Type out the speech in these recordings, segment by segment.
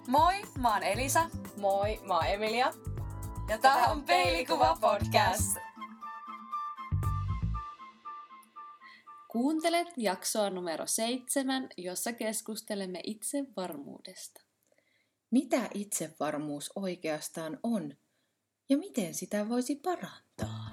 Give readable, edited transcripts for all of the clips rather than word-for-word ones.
Moi, mä oon Elisa. Moi, mä oon Emilia. Ja tää on Peilikuva podcast. Kuuntelet jaksoa numero 7, jossa keskustelemme itsevarmuudesta. Mitä itsevarmuus oikeastaan on ja miten sitä voisi parantaa?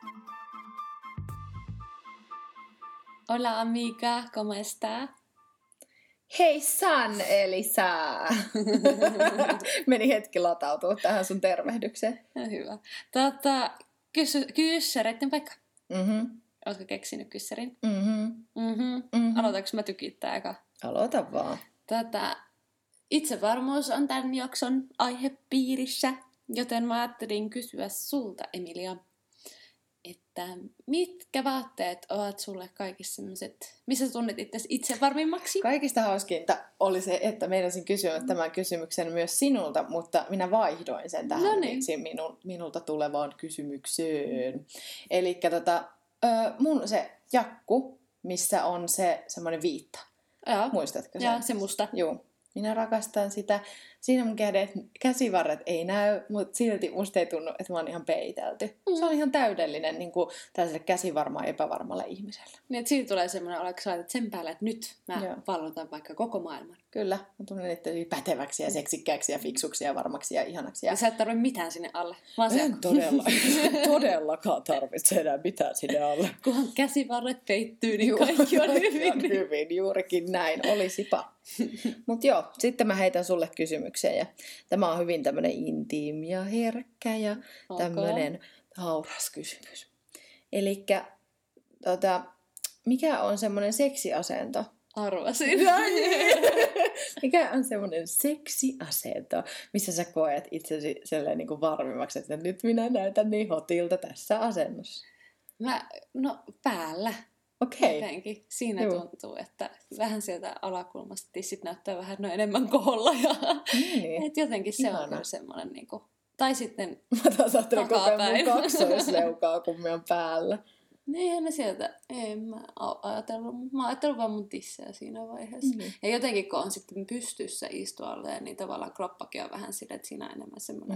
Hola amiga, ¿cómo está? Hei San, Elisa! Meni hetki latautua tähän sun tervehdykseen. No, hyvä. Kyssäreiden paikka. Ootko keksinyt kyssärin? Aloitanko mä tykittää eka? Aloita vaan. Itsevarmuus on tämän jakson aihepiirissä, joten mä ajattelin kysyä sulta, Emilia, että mitkä vaatteet ovat sulle kaikissa sellaiset, missä sä tunnet itsesi itsevarmimmaksi? Kaikista hauskinta oli se, että meinasin kysyä tämän kysymyksen myös sinulta, mutta minä vaihdoin sen tähän minulta tulevaan kysymykseen. Elikkä mun se jakku, missä on se semmoinen viitta. Joo. Muistatko sen? Joo, se musta. Joo. Minä rakastan sitä. Siinä mun käsivarret ei näy, mutta silti musta ei tunnu, että mä oon ihan peitelty. Se on ihan täydellinen niin kuin tällaiselle käsivarmaan epävarmalle ihmiselle. Niin, että siitä tulee semmoinen olo, että sä laitat sen päälle, että nyt mä vallotan vaikka koko maailman. Kyllä. Mä tunnen itse päteväksi ja seksikkääksi ja fiksuksi ja varmaksi ja ihanaksi. Ja sä et tarvitse mitään sinne alle. En todellakaan tarvitse enää mitään sinne alle. Kunhan käsivarret peittyy, niin kaikki on hyvin. Hyvin, juurikin näin. Olisipa. Mutta joo, sitten mä heitän sulle kysymyksen. Ja tämä on hyvin tämmönen intiimi ja herkkä ja tämmönen hauras kysymys. Elikkä, mikä on semmonen seksiasento? Arvasin. Mikä on semmoinen seksiasento, missä sä koet itsesi selleen niin kuin varmimmaksi, että nyt minä näytän niin hotilta tässä asennossa? Päällä. Okei. Jotenkin. Siinä tuntuu, että vähän sieltä alakulmasta tissit näyttää vähän enemmän koholla. Niin. Et jotenkin se on kyllä semmoinen niinku. Tai sitten mä taas ajattelin koko ajan mun kaksoisleukaa, kun mä oon päällä. Eihän ne sieltä, mä ajatellut vaan mun tissejä siinä vaiheessa. Ja jotenkin kun on sitten pystyssä istualleen, niin tavallaan kroppakin on vähän sille, että siinä on enemmän semmoinen,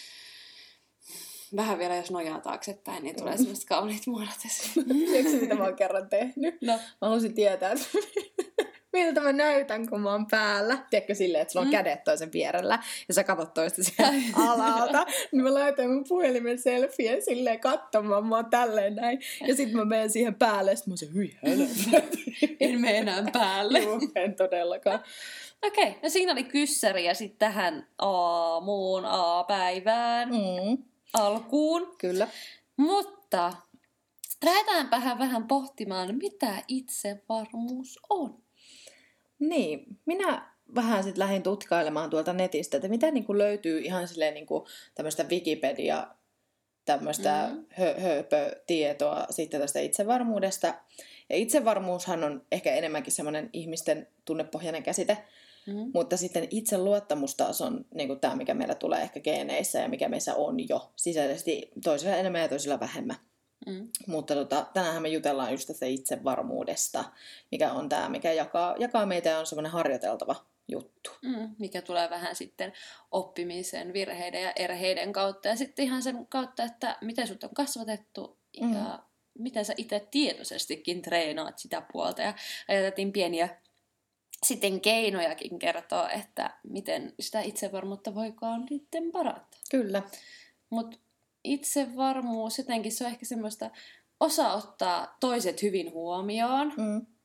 vähän vielä jos nojaa taaksepäin, niin tulee semmoiset kauniit muodot esiin. Tiedätkö mitä mä oon kerran tehnyt? No. Mä halusin tietää, että miltä mä näytän, kun mä oon päällä. Tiedätkö silleen, että sulla on kädet toisen vierellä ja sä katot toista sieltä alalta. Niin mä laitoin mun puhelimen selfien silleen katsomaan, mä oon tälleen näin. Ja sit mä menen siihen päälle ja sit mä oon se, hyi en mene enää päälle. Joo, en todellakaan. Okei, no siinä oli kyssäri ja sitten tähän aamuun, päivään, alkuun. Kyllä. Mutta lähdetäänpä vähän pohtimaan, mitä itsevarmuus on. Niin, minä vähän sitten lähdin tutkailemaan tuolta netistä, että mitä niinku löytyy ihan silleen niinku tämmöistä Wikipedia, tämmöistä höpötietoa sitten tästä itsevarmuudesta. Ja itsevarmuushan on ehkä enemmänkin semmoinen ihmisten tunnepohjainen käsite, mutta sitten itseluottamus taas on niinku tämä, mikä meillä tulee ehkä geeneissä ja mikä meissä on jo sisäisesti toisilla enemmän ja toisilla vähemmän. Mutta tänäänhän me jutellaan just tästä itsevarmuudesta, mikä on tämä, mikä jakaa meitä ja on semmoinen harjoiteltava juttu. Mikä tulee vähän sitten oppimisen, virheiden ja erheiden kautta ja sitten ihan sen kautta, että miten sut on kasvatettu ja miten sä itse tietoisestikin treenaat sitä puolta. Ja ajateltiin pieniä sitten keinojakin kertoa, että miten sitä itsevarmuutta voikaan sitten parantaa. Kyllä. Mutta itsevarmuus, jotenkin se on ehkä semmoista osaa ottaa toiset hyvin huomioon.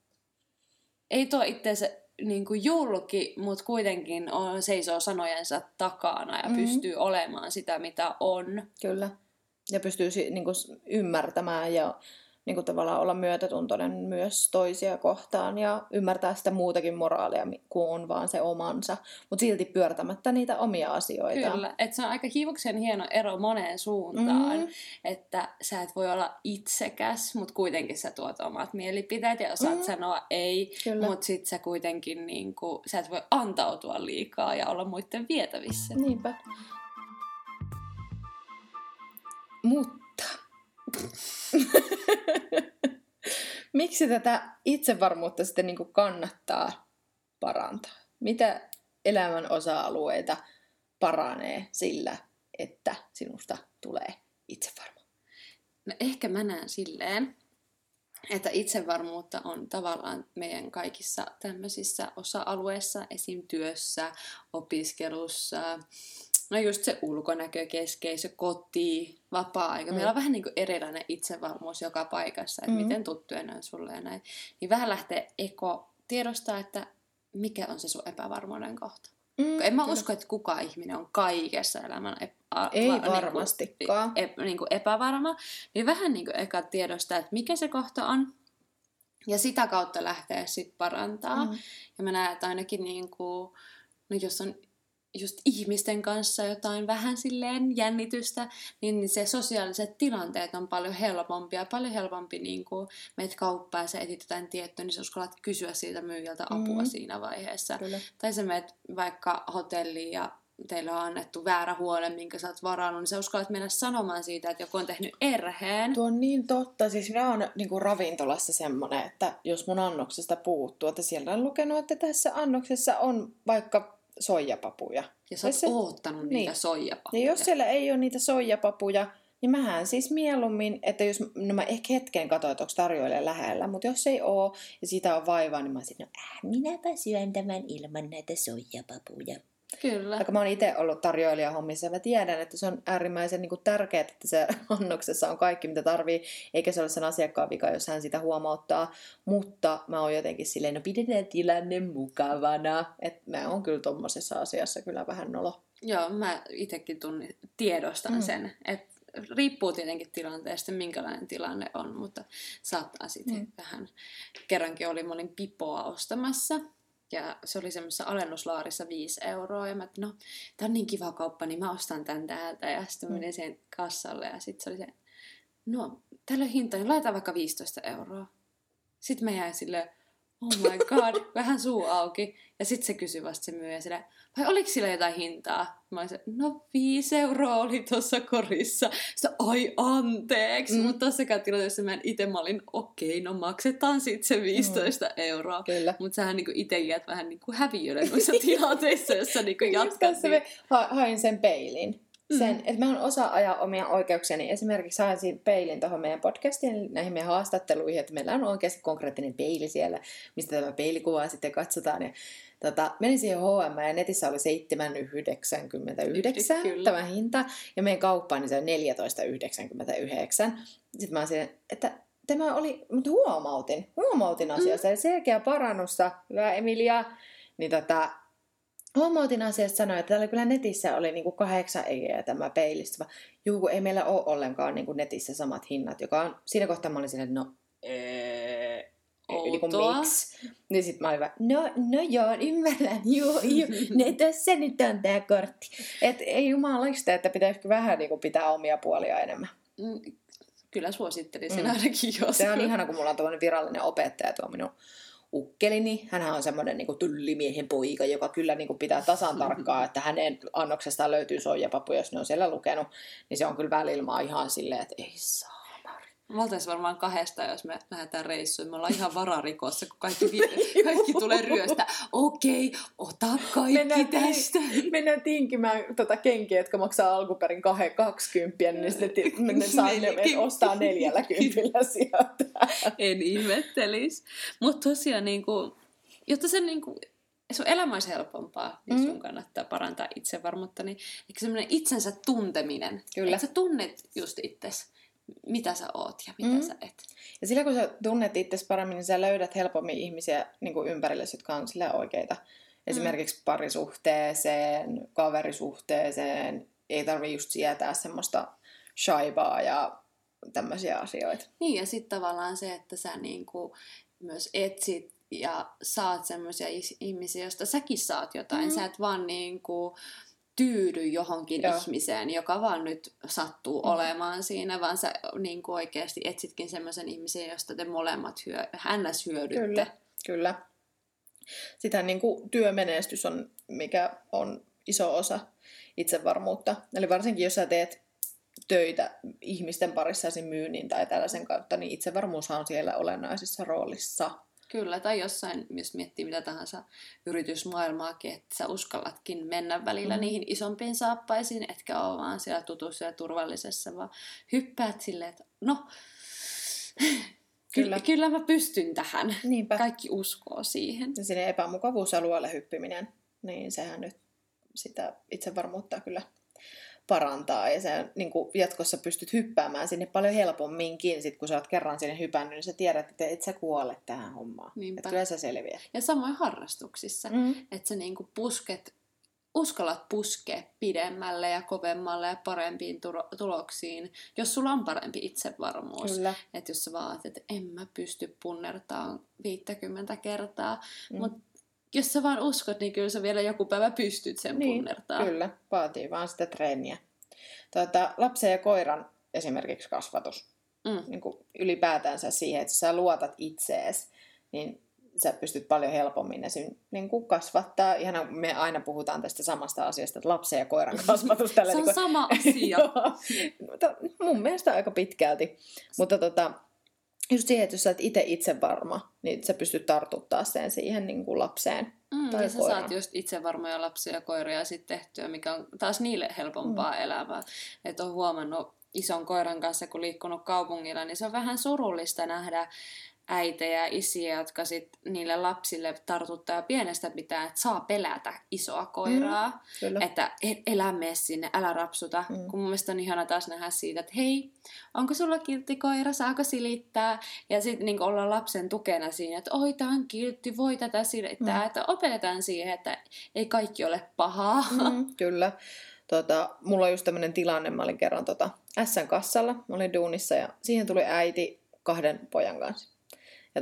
Ei tuo itseensä niin kuin julki, mutta kuitenkin seisoo sanojensa takana ja pystyy olemaan sitä, mitä on. Kyllä. Ja pystyy niin kuin ymmärtämään ja niin kuin tavallaan olla myötätuntoinen myös toisia kohtaan ja ymmärtää sitä muutakin moraalia, kuin on vaan se omansa, mutta silti pyörtämättä niitä omia asioita. Kyllä, että se on aika hivuksen hieno ero moneen suuntaan, että sä et voi olla itsekäs, mutta kuitenkin sä tuot omat mielipiteet ja osaat sanoa ei, mutta sit sä kuitenkin niinku, sä et voi antautua liikaa ja olla muiden vietävissä. Niinpä. Mutta miksi tätä itsevarmuutta sitten niin kuin kannattaa parantaa? Mitä elämän osa-alueita paranee sillä, että sinusta tulee itsevarma? No ehkä mä näen silleen, että itsevarmuutta on tavallaan meidän kaikissa tämmöisissä osa-alueissa, esim. Työssä, opiskelussa, no just se ulkonäkökeskeisö, koti, vapaa-aika. Meillä on vähän niin kuin erilainen itsevarmuus joka paikassa, että miten tuttuja ne on sulle ja näin. Niin vähän lähtee tiedostaa, että mikä on se sun epävarmuuden kohta. En mä usko, että kukaan ihminen on kaikessa elämän ei varmastikaan. Niin kuin epävarma. Niin vähän niin kuin eka tiedostaa, että mikä se kohta on. Ja sitä kautta lähtee sitten parantaa. Ja mä näen, että ainakin niin kuin, no jos on just ihmisten kanssa jotain vähän silleen jännitystä, niin se sosiaaliset tilanteet on paljon helpompia. Paljon helpompi niin kuin meet kauppaan ja sä etit jotain tiettyä, niin sä uskallat kysyä siitä myyjältä apua siinä vaiheessa. Kyllä. Tai sä meet vaikka hotelliin ja teillä on annettu väärä huone, minkä sä oot varannut, niin sä uskallat mennä sanomaan siitä, että joku on tehnyt erheen. Tuo on niin totta. Siis minä olen niin kuin ravintolassa semmoinen, että jos mun annoksesta puuttuu, että siellä on lukenut, että tässä annoksessa on vaikka soijapapuja. Ja sä oot oottanut niitä soijapapuja. Ja jos siellä ei ole niitä soijapapuja, niin mähän siis mieluummin, että jos mä ehkä hetken katsoin, että onko tarjoilija lähellä, mutta jos ei ole ja siitä on vaivaa, niin mä olisin, minäpä syön tämän ilman näitä soijapapuja. Kyllä. Vaikka mä oon itse ollut tarjoilijahommissa ja mä tiedän, että se on äärimmäisen niin kuin tärkeää, että se annoksessa on kaikki, mitä tarvii, eikä se ole sen asiakkaan vika, jos hän sitä huomauttaa. Mutta mä oon jotenkin silleen, no pidetään tilanne mukavana. Että mä oon kyllä tommosessa asiassa kyllä vähän nolo. Joo, mä itsekin tiedostan sen, että riippuu tietenkin tilanteesta, minkälainen tilanne on, mutta saattaa sitten vähän. Kerrankin mä olin pipoa ostamassa. Ja se oli semmoisessa alennuslaarissa 5 €. Ja mä että no, tää on niin kiva kauppa, niin mä ostan tän täältä. Ja sitten menin siihen kassalle ja sitten se oli se, no, täällä on hinta, niin laitetaan vaikka 15 €. Sitten mä jäin silleen, oh my god, vähän suu auki. Ja sitten se kysyi vasta se myyjä silleen, vai oliko sillä jotain hintaa? Mä olin se, no 5 € oli tuossa korissa. Sitten ai anteeksi. Mutta tossakaan tilanteessa mä olin, okei, no maksetaan sitten se 15 €. Mutta sähän niinku itse jäät vähän niinku häviölle noissa tilanteissa, jossa niinku jatkat. Hain sen peilin. Sen, että mä oon osa ajaa omia oikeuksiani. Esimerkiksi hain siinä peilin tuohon meidän podcastiin, näihin meidän haastatteluihin, että meillä on oikeasti konkreettinen peili siellä, mistä tämä peilikuvaa sitten katsotaan. Ja, menin siihen H&M ja netissä oli 7,99 tämä hinta. Ja meidän kauppaan niin se on 14,99. Sitten mä olisin, että tämä oli, mutta huomautin asiasta. Eli selkeä parannusta, hyvä Emilia, niin huomautin asiasta sanoa, että täällä kyllä netissä oli niinku 8 € tämä peilistä. Juu, ei meillä ole ollenkaan niinku netissä samat hinnat, joka on, siinä kohtaa mä olin silleen, että no, niinku miksi? Niin sit mä olin vaan, no joo, ymmärrän, juu, ne tässä nyt on tää kortti. Et ei jumalista, että pitäisikö vähän niinku pitää omia puolia enemmän. Kyllä suosittelisin ainakin jos. Se on ihana, kun mulla on tuollainen virallinen opettaja tuo minun ukkelini. Hänhän on semmoinen niin kuin tullimiehen poika, joka kyllä niin kuin pitää tasan tarkkaa, että hänen annoksestaan löytyy soijapapuja, jos ne on siellä lukenut. Niin se on kyllä välillä ihan silleen, että ei saa. Me oltaisiin varmaan 2, jos me lähdetään reissuun. Me ollaan ihan vararikossa, kun kaikki tulee ryöstä. Okei, ota kaikki tästä. Mennään tinkimään kenkiä, jotka maksaa alkuperin 20, niin sitten ne saa ostaa 40 sieltä. En ihmettelisi. Mutta tosiaan, niin kuin, jotta se niin kuin, sun elämä olisi helpompaa, niin sun kannattaa parantaa itsevarmuutta. Niin ehkä semmoinen itsensä tunteminen. Kyllä. Että sä tunnet just itsesi. Mitä sä oot ja mitä sä et. Ja sillä kun sä tunnet itsesi paremmin, niin sä löydät helpommin ihmisiä niin kuin ympärille, jotka on sillä oikeita. Esimerkiksi parisuhteeseen, kaverisuhteeseen. Ei tarvitse just sietää semmoista shaibaa ja tämmöisiä asioita. Niin ja sitten tavallaan se, että sä niinku myös etsit ja saat semmoisia ihmisiä, joista säkin saat jotain. Sä et vaan niinku tyydy johonkin ihmiseen, joka vaan nyt sattuu olemaan siinä, vaan sä niin kuin oikeasti etsitkin semmoisen ihmisen, josta te molemmat hyödytte. Kyllä. Sitä niin kuin työmenestys on, mikä on iso osa itsevarmuutta. Eli varsinkin, jos sä teet töitä ihmisten parissa myynnin tai tällaisen kautta, niin itsevarmuushan on siellä olennaisessa roolissa. Kyllä, tai jossain, jos miettii mitä tahansa yritysmaailmaakin, että sä uskallatkin mennä välillä niihin isompiin saappaisiin, etkä ole vaan siellä tutussa ja turvallisessa, vaan hyppäät silleen, että no, kyllä mä pystyn tähän. Niinpä. Kaikki uskoo siihen. Ja sinne epämukavuusalueelle hyppiminen, niin sehän nyt sitä itsevarmuutta kyllä parantaa. Ja sä niin kuin jatkossa pystyt hyppäämään sinne paljon helpomminkin. Sitten kun sä oot kerran sinne hypännyt, niin sä tiedät, että et sä kuole tähän hommaan. Että kyllä sä selviät. Ja samoin harrastuksissa. Että sä niin kuin uskallat puskea pidemmälle ja kovemmalle ja parempiin tuloksiin, jos sulla on parempi itsevarmuus. Kyllä. Että jos sä vaat, että en mä pysty punnertaan 50 kertaa, mutta jos sä vaan uskot, niin kyllä sä vielä joku päivä pystyt sen punnertaan. Kyllä, vaatii vaan sitä treeniä. Lapsen ja koiran esimerkiksi kasvatus. Niin kuin ylipäätänsä siihen, että sä luotat itseesi, niin sä pystyt paljon helpommin niin kuin kasvattaa. Ihan me aina puhutaan tästä samasta asiasta, että lapsen ja koiran kasvatus. Se on sama asia. Mun mielestä aika pitkälti. Mutta just siihen, että jos sä et itse varma, niin sä pystyt tartuttaa sen siihen niin kuin lapseen tai ja sä saat just itsevarmoja lapsia ja koiria sitten tehtyä, mikä on taas niille helpompaa elämää. Että on huomannut ison koiran kanssa, kun liikkunut kaupungilla, niin se on vähän surullista nähdä äitejä ja isiä, jotka sit niille lapsille tartuttaa pienestä pitää, että saa pelätä isoa koiraa. Että elä mene sinne, älä rapsuta. Kun mun mielestä on ihana taas nähdä siitä, että hei, onko sulla kiltti koira, saako silittää? Ja sitten niin ollaan lapsen tukena siinä, että oi, tää on kiltti, voi tätä silittää. Että opetetaan siihen, että ei kaikki ole pahaa. Kyllä. Mulla on just tämmönen tilanne, mä olin kerran S-kassalla, mä olin duunissa ja siihen tuli äiti 2 pojan kanssa. Ja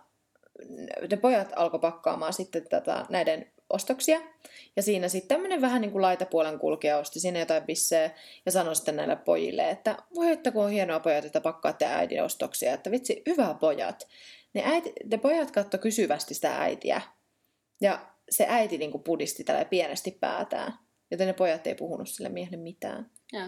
ne pojat alkoi pakkaamaan sitten näiden ostoksia. Ja siinä sitten tämmöinen vähän niin kuin laitapuolen kulkija osti sinne jotain bissejä ja sanoi sitten näille pojille, että voi että kun on hienoa pojat, että pakkaatte äidin ostoksia. Että vitsi, hyvä pojat. Ne pojat katsoi kysyvästi sitä äitiä. Ja se äiti niin kuin pudisti tällä pienesti päätään. Joten ne pojat ei puhunut sille miehelle mitään. Ja,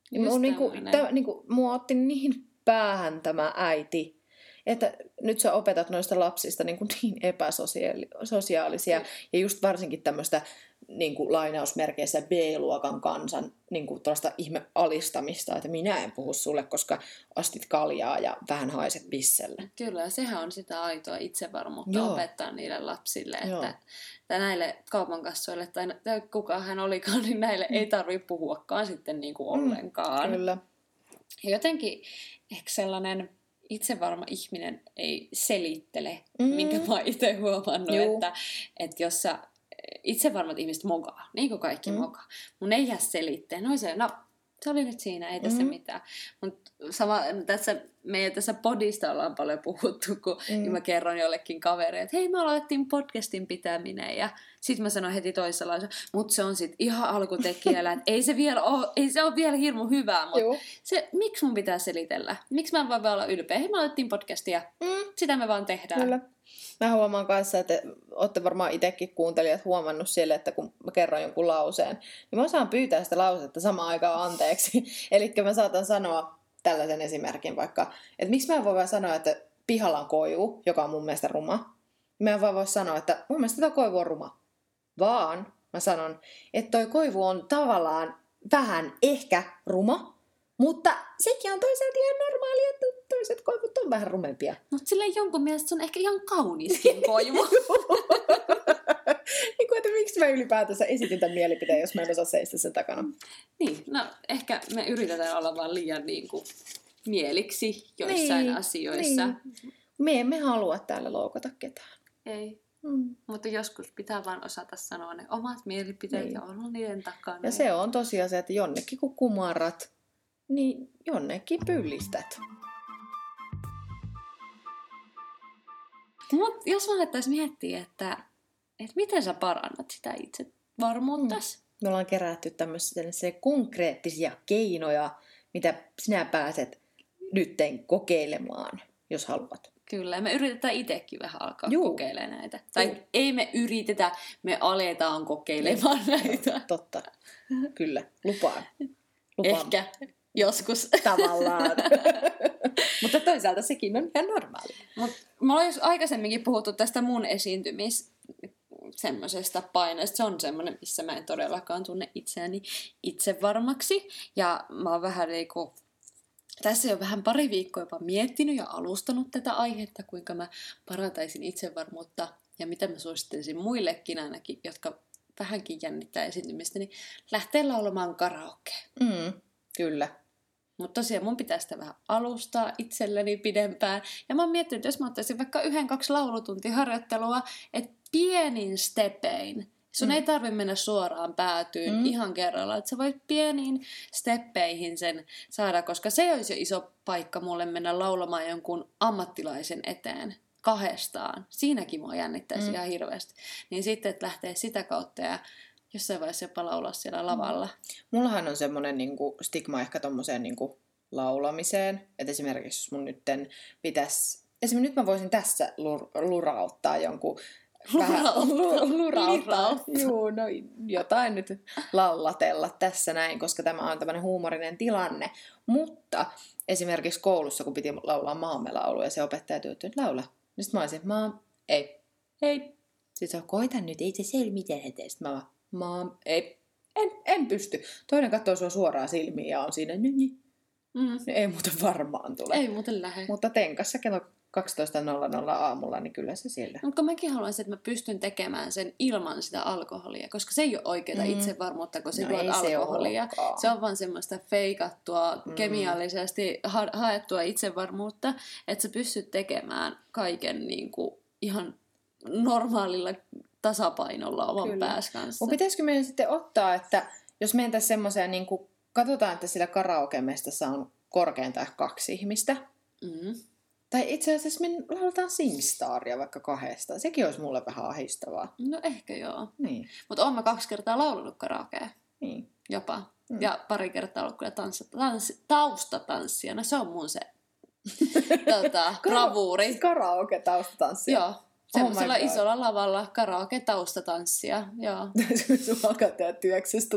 mua otti niin päähän tämä äiti. Että nyt sä opetat noista lapsista niin epäsosiaalisia ja just varsinkin tämmöistä niin kuin lainausmerkeissä B-luokan kansan niin kuin tuollaista ihmealistamista, että minä en puhu sulle, koska astit kaljaa ja vähän haiset bisselle. Kyllä, ja sehän on sitä aitoa itsevarmuutta opettaa niille lapsille, että näille kaupankassoille tai kuka hän olikaan, niin näille ei tarvitse puhuakaan sitten niin kuin ollenkaan. Kyllä. Ja jotenkin ehkä sellainen itsevarma ihminen ei selittele, minkä mä oon itse huomannut, että jos sä itsevarmat ihmiset mokaa, niin kuin kaikki mokaa, mun ei jää selitteen. No se oli nyt siinä, ei tässä mitään. Mutta meidän tässä podista ollaan paljon puhuttu, kun mä kerron jollekin kavereille, että hei, me aloitettiin podcastin pitäminen, ja sitten mä sanoin heti toisella lausella, mutta se on sitten ihan alkutekijällä, että ei se ole vielä hirmu hyvää, mutta miksi mun pitää selitellä? Miksi mä en voi olla ylpeä? Hei, me aloitettiin podcastia, sitä me vaan tehdään. Kyllä. Mä huomaan kanssa, että olette varmaan itsekin kuuntelijat huomannut siellä, että kun mä kerron jonkun lauseen, niin mä saan pyytää sitä lausetta samaan aikaan anteeksi. Eli mä saatan sanoa tällaisen esimerkin vaikka, että miksi mä en voi vaan sanoa, että pihalla on koivu, joka on mun mielestä ruma. Mä en vaan voi sanoa, että mun mielestä tämä koivu on ruma. Vaan mä sanon, että toi koivu on tavallaan vähän ehkä ruma, mutta sekin on toisaalta ihan normaalia, että toiset koivut on vähän rumempia. Mutta silleen jonkun mielestä se on ehkä ihan kauniskin koivu. Niin kuin, että miksi mä ylipäätänsä esitin tämän mielipiteen, jos mä en osaa seistä sen takana. Niin, no ehkä me yritetään olla vaan liian niin kuin mieliksi joissain asioissa. Niin. Me emme halua täällä loukata ketään. Ei. Mutta joskus pitää vaan osata sanoa ne omat mielipiteet ja olla niiden takana. Ja se on tosiaan se, että jonnekin kun kumarrat, niin jonnekin pyllistät. Mut jos mä alettaisiin miettiä, että miten sä parannat sitä itsevarmuuttasi? Me ollaan kerätty tämmöisiä konkreettisia keinoja, mitä sinä pääset nytten kokeilemaan, jos haluat. Kyllä, me yritetään itsekin vähän alkaa kokeilemaan näitä. Tai ei me yritetä, me aletaan kokeilemaan näitä. Totta, kyllä, lupaan. Ehkä Joskus. Tavallaan. Mutta toisaalta sekin on ihan normaali. Me ollaan aikaisemminkin puhuttu tästä mun semmoisesta paineesta. Se on semmoinen, missä mä en todellakaan tunne itseäni itsevarmaksi. Ja mä oon vähän tässä jo vähän pari viikkoa jopa miettinyt ja alustanut tätä aihetta, kuinka mä parantaisin itsevarmuutta ja mitä mä suosittelisin muillekin ainakin, jotka vähänkin jännittää esiintymistä, niin lähtee laulamaan karaokea. Kyllä. Mutta tosiaan mun pitää sitä vähän alustaa itselleni pidempään. Ja mä oon miettinyt, että jos mä ottaisin vaikka 1-2 laulutuntiharjoittelua, että pienin stepein. Sun ei tarvitse mennä suoraan päätyyn ihan kerralla. Että sä voit pieniin steppeihin sen saada, koska se olisi jo iso paikka mulle mennä laulamaan jonkun ammattilaisen eteen kahdestaan. Siinäkin mua jännittäisi ihan hirveästi. Niin sitten, että lähtee sitä kautta ja jossain vaiheessa jopa laulaa siellä lavalla. Mullahan on semmoinen stigma ehkä tommoseen laulamiseen. Että esimerkiksi jos mun nytten pitäisi... Esimerkiksi nyt mä voisin tässä lurauttaa jonkun... Lurauttaa. Juu, no jotain nyt lallatella tässä näin, koska tämä on tämmöinen huumorinen tilanne. Mutta esimerkiksi koulussa, kun piti laulaa maamme laulu ja se opettaja työtti, että laula. Niin sitten mä olisin, ei. Sitten se on, koita nyt, ei se selvi mitään heteä. Sitten mä ei. En pysty. Toinen katsoo sua suoraan silmiin ja on siinä, ei muuten varmaan tule. Ei muuten lähde. Mutta tenkassa kello 12.00 aamulla, niin kyllä se siellä. Mutta mäkin haluaisin, että mä pystyn tekemään sen ilman sitä alkoholia, koska se ei ole oikeaa itsevarmuutta, kun se juot alkoholia. Se on vaan semmoista feikattua, kemiallisesti haettua itsevarmuutta, että sä pystyt tekemään kaiken ihan normaalilla tasapainolla oman pääs kanssa. Mutta pitäisikö meidän sitten ottaa, että jos mentäisiin semmoiseen, katsotaan, että sillä karaoke-mestassa on korkeintaan 2 ihmistä. Tai itse asiassa me lauletaan SingStaria vaikka 2. Sekin olisi mulle vähän ahdistavaa. No ehkä joo. Niin. Mutta oon mä 2 kertaa laulanut karaokea. Niin. Jopa. Ja pari kertaa ollut kyllä taustatanssijana. Se on mun se bravuuri. Karaoke-taustatanssija. Joo. Semmoisella isolla lavalla karaoke-taustatanssia. Joo. Sun alkaa tehdä työksessä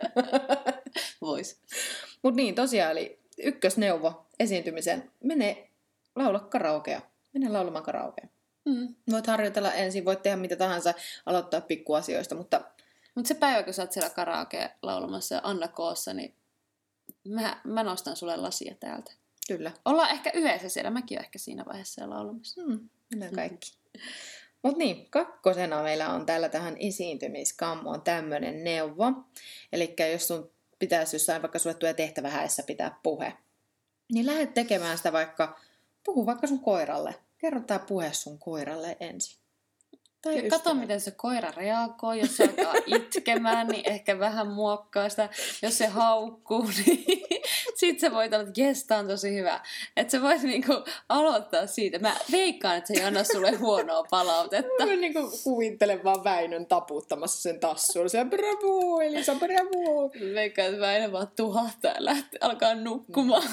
Vois. Mut niin, tosiaan, eli ykkösneuvo esiintymiseen. Laula karaokea. Mene laulamaan karaokea. Voit harjoitella ensin, voit tehdä mitä tahansa, aloittaa pikkuasioista, mutta... Mutta se päivä, kun sä oot siellä karaokea laulamassa ja Anna Koossa, niin mä nostan sulle lasia täältä. Kyllä. Ollaan ehkä yhdessä siellä. Mäkin olen ehkä siinä vaiheessa siellä laulamassa. Mennään kaikki. Mutta niin, 2. meillä on täällä tähän esiintymiskammoon tämmöinen neuvo. Eli jos sun pitäisi jossain, vaikka sulle tulee tehtävähäessä pitää puhe, niin lähdet tekemään sitä puhu vaikka sun koiralle. Kerro tää puhe sun koiralle ensin. Tai kato, miten se koira reagoi. Jos se alkaa itkemään, niin ehkä vähän muokkaa sitä. Jos se haukkuu, niin sit sä voit olla, että jes, tää on tosi hyvä. Että sä voit aloittaa siitä. Mä veikkaan, että se ei anna sulle huonoa palautetta. Mä kuvittelen vaan Väinön taputtamassa sen tassuun. Se bravo, Elisa, bravo. Veikkaan, että Väinö vaan tuhahtaa ja alkaa nukkumaan.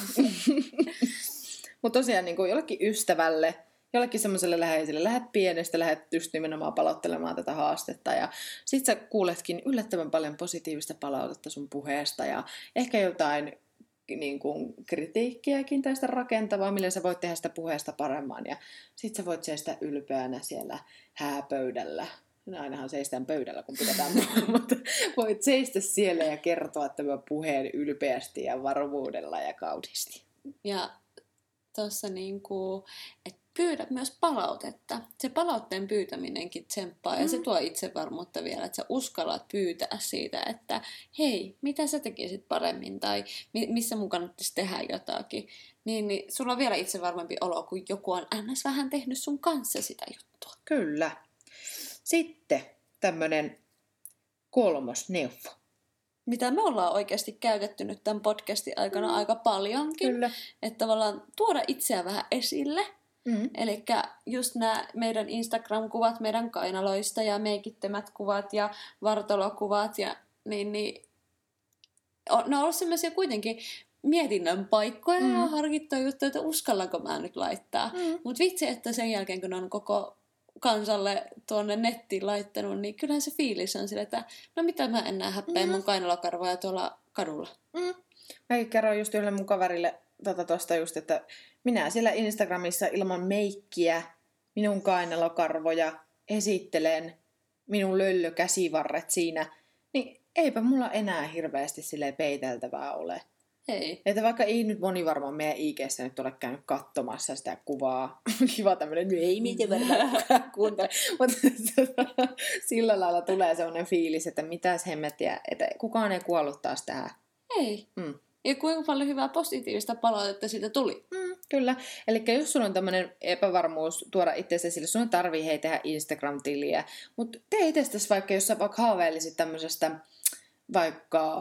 Mutta tosiaan jollekin ystävälle, jollekin semmoiselle läheiselle, lähdet pienestä, lähdet just nimenomaan palauttelemaan tätä haastetta. Ja sit sä kuuletkin yllättävän paljon positiivista palautetta sun puheesta ja ehkä jotain kritiikkiäkin tästä rakentavaa, millä sä voit tehdä sitä puheesta paremman. Ja sit sä voit seistä ylpeänä siellä hääpöydällä. No ainahan seistään pöydällä, kun pidetään mutta voit seistä siellä ja kertoa tämän puheen ylpeästi ja varmuudella ja kauniisti. Ja tuossa että pyydä myös palautetta. Se palautteen pyytäminenkin tsemppaa ja se tuo itsevarmuutta vielä, että sä uskallat pyytää siitä, että hei, mitä sä tekisit paremmin tai missä mun kannattaisi tehdä jotakin. Niin sulla on vielä itsevarmempi olo, kun joku on ns. Vähän tehnyt sun kanssa sitä juttua. Kyllä. Sitten tämmönen 3. neuvo. Mitä me ollaan oikeasti käytetty nyt tämän podcastin aikana aika paljonkin. Kyllä. Että tavallaan tuoda itseä vähän esille. Eli just nämä meidän Instagram-kuvat meidän kainaloista ja meikittömät kuvat ja vartalokuvat. Ja, niin, ne on ollut sellaisia kuitenkin mietinnän paikkoja ja harkittua juttuja, että uskallanko mä nyt laittaa. Mutta vitsi, että sen jälkeen kun ne on koko kansalle tuonne nettiin laittanut, niin kyllähän se fiilis on sillä, että no mitä mä enää häpeän mun kainalokarvoja tuolla kadulla. Mäkin kerroin just yhdelle mun kaverille tosta just, että minä siellä Instagramissa ilman meikkiä, minun kainalokarvoja, esittelen minun löllökäsivarret siinä, niin eipä mulla enää hirveästi silleen peiteltävää ole. Ei. Että vaikka ei nyt moni varmaan meidän IG:ssä nyt ole käynyt katsomassa sitä kuvaa. Kiva tämmöinen, ei miten varmaan kuuntele. Mutta sillä lailla tulee sellainen fiilis, että mitäs hemmettiä, että kukaan ei kuollut taas tähän. Ei. Ja kuinka paljon hyvää positiivista palautetta siitä tuli. Kyllä. Eli jos sulla on tämmöinen epävarmuus tuoda itseäsi sille, sun tarvii tehdä Instagram-tiliä. Mutta tee itsestäsi vaikka, jos sä vaikka haaveilisit tämmöisestä vaikka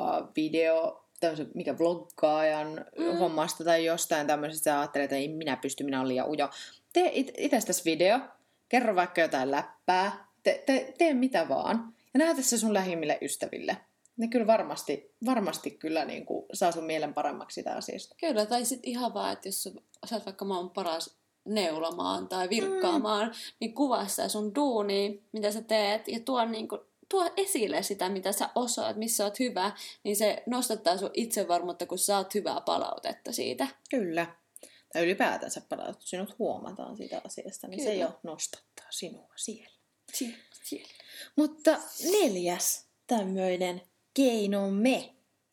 mikä vloggaajan hommasta tai jostain tämmöisestä, sä ajattelet, että ei minä pysty, minä olen liian ujo. Tee itsestäsi video, kerro vaikka jotain läppää, tee mitä vaan. Ja näytä se sun lähimmille ystäville. Ne kyllä varmasti kyllä niin kuin saa sun mielen paremmaksi sitä asiasta. Kyllä, tai sitten ihan vaan, että jos sä oot vaikka maan paras neulamaan tai virkkaamaan, niin kuvaa sitä sun duunia, mitä sä teet, ja tuo esille sitä, mitä sä osaat, missä oot hyvä, niin se nostattaa sun itsevarmuutta, kun saat hyvää palautetta siitä. Kyllä. Tai ylipäätänsä palautetta, sinut huomataan siitä asiasta, niin kyllä. Se jo nostattaa sinua siellä. Siellä. Mutta 4. tämmöinen keinomme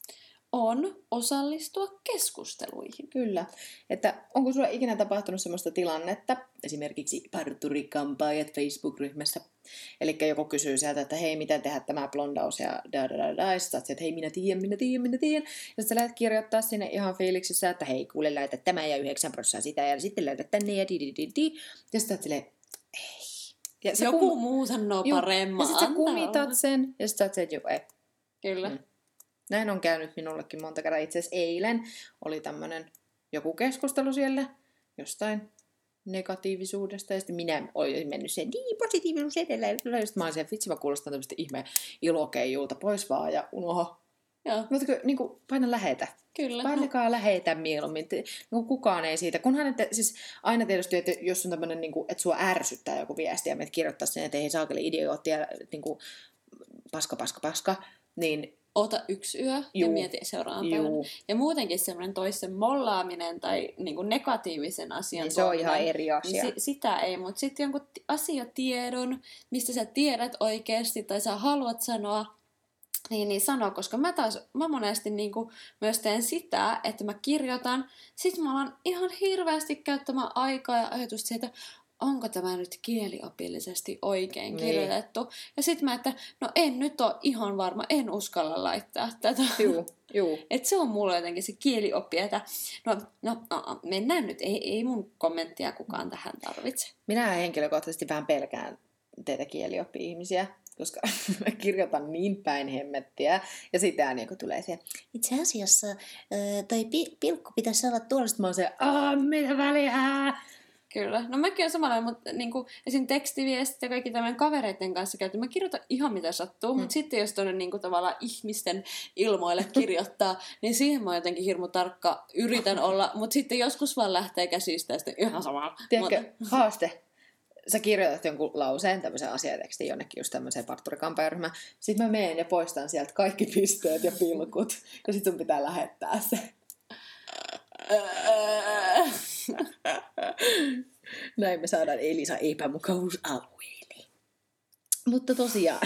on osallistua keskusteluihin. Kyllä. Että onko sulla ikinä tapahtunut semmoista tilannetta, esimerkiksi parturikampaajat Facebook-ryhmässä, eli joku kysyy sieltä, että hei, miten tehdä tämä blondaus ja ja sitten että hei, minä tiedän. Ja sitten lähdet kirjoittaa sinne ihan fiiliksissä, että hei, kuule, laita tämä ja 9% sitä ja sitten laita tänne ja di. Ja sitten olet silleen, ei. Ja joku muu sanoo paremmin. Ja sitten sä kumitat sen ja sitten sä oot ei. Kyllä. Näin on käynyt minullekin monta kertaa. Itse asiassa eilen oli tämmöinen joku keskustelu siellä jostain negatiivisuudesta. Ja sitten minä olin mennyt sen positiivisuus edellä. Ja sitten mä olin sen, vitsi mä kuulostan tämmöistä ihmeen ilokeijulta pois vaan ja unoho. Mutta niin kuin, paina lähetä. Kyllä. Painakaa lähetä mieluummin. Niin kukaan ei siitä. Kunhan, siis aina tietysti, että jos on tämmöinen, niin kuin, että sua ärsyttää joku viesti ja menet kirjoittaa sen, että ei saakeli idioottia, niin kuin paska, niin ota yksi yö ja mieti seuraavan päivän. Ja muutenkin semmoinen toisen mollaaminen tai niinku negatiivisen asian niin se on ihan eri asia. Niin sitä ei, mutta sitten jonkun asiatiedon, mistä sä tiedät oikeasti tai sä haluat sanoa, niin sano, koska mä monesti niinku myös teen sitä, että mä kirjoitan, sit mä alan ihan hirveästi käyttämään aikaa ja ajatusta siitä, onko tämä nyt kieliopillisesti oikein kirjoitettu. Ja sitten mä, että no en nyt ole ihan varma, en uskalla laittaa tätä. Juu. Että se on mulla jotenkin se kielioppi, että no mennään nyt, ei mun kommenttia kukaan tähän tarvitse. Minä henkilökohtaisesti vähän pelkään teitä kielioppi-ihmisiä, koska mä kirjoitan niin päin hemmettiä, ja sitä niin tulee se, itse asiassa toi pilkku pitäisi olla tuolla, sitten mä oon se, mitä väliä? Kyllä. No mäkin olen samanlainen, mutta niin kuin, esim. Tekstiviestit ja kaikki tämän kavereiden kanssa käyty. Mä kirjoitan ihan mitä sattuu, mutta sitten jos tuonne niin kuin, tavallaan ihmisten ilmoille kirjoittaa, niin siihen mä jotenkin hirmu tarkka yritän olla, mutta sitten joskus vaan lähtee käsistä ja sitten ihan samalla. Tiedätkö, haaste. Sä kirjoitat jonkun lauseen, tämmöisen asiatekstin jonnekin just tämmöiseen parturikampaajaryhmään. Sitten mä menen ja poistan sieltä kaikki pisteet ja pilkut. Ja sit sun pitää lähettää se. Näin me saadaan Elisa epämukavuusalueelle. Mutta tosiaan.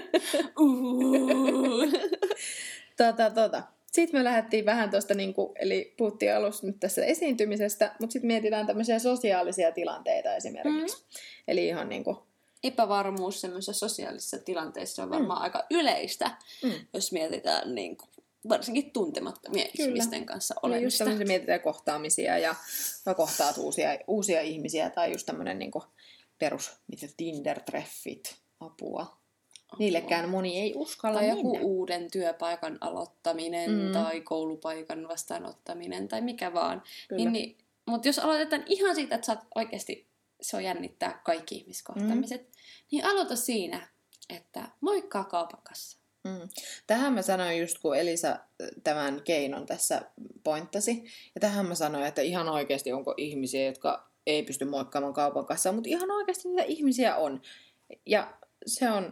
Sitten me lähdettiin vähän tuosta, eli puhuttiin alussa nyt tässä esiintymisestä, mutta sitten mietitään tämmöisiä sosiaalisia tilanteita esimerkiksi. Eli ihan epävarmuus semmoisessa sosiaalisessa tilanteessa on varmaan aika yleistä, jos mietitään varsinkin tuntemattomien ihmisten kanssa olemista. Just tämmöisiä mietitään kohtaamisia ja kohtaat uusia ihmisiä tai just tämmöinen perus Tinder-treffit, apua. Niillekään moni ei uskalla tai joku uuden työpaikan aloittaminen tai koulupaikan vastaanottaminen tai mikä vaan. Mutta jos aloitetaan ihan siitä, että saat oikeasti, se on jännittää kaikki ihmiskohtaamiset, niin aloita siinä, että moikkaa kaupan kanssa. Tähän mä sanoin just, kun Elisa tämän keinon tässä pointtasi. Ja tähän mä sanoin, että ihan oikeasti onko ihmisiä, jotka ei pysty moikkaamaan kaupan kanssa, mutta ihan oikeasti niitä ihmisiä on. Ja se on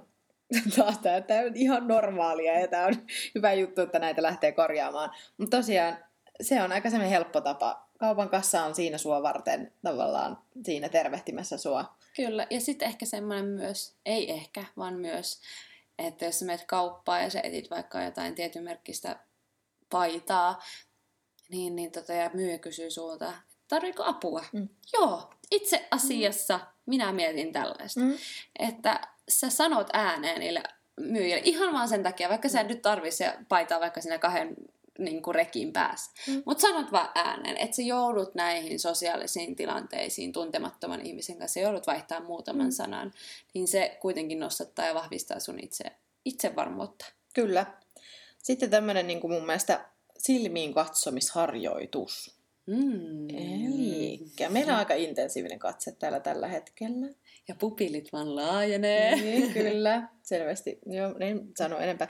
taas tämä on ihan normaalia ja tämä on hyvä juttu, että näitä lähtee korjaamaan. Mutta tosiaan se on aika semmoinen helppo tapa. Kaupan kassa on siinä sua varten tavallaan siinä tervehtimässä sua. Kyllä, ja sitten ehkä semmoinen myös, ei ehkä, vaan myös, että jos sä menet kauppaan ja sä etit vaikka jotain tietyn merkkistä paitaa, niin ja myyjä kysyy sulta, tarvitsetko apua? Joo, itse asiassa minä mietin tällaista, että sä sanot ääneen niille myyjille ihan vaan sen takia, vaikka sä et nyt tarvitse se paitaa vaikka siinä 2 niin kuin rekin päässä. Mutta sanot vaan ääneen, että sä joudut näihin sosiaalisiin tilanteisiin tuntemattoman ihmisen kanssa, joudut vaihtaa muutaman sanan, niin se kuitenkin nostattaa ja vahvistaa sun itsevarmuutta. Kyllä. Sitten tämmöinen niin kuin mun mielestä silmiin katsomisharjoitus. Elikkä meillä on aika intensiivinen katse täällä tällä hetkellä. Ja pupillit vaan laajenee. Niin, kyllä. Selvästi. Joo, en sano enempää.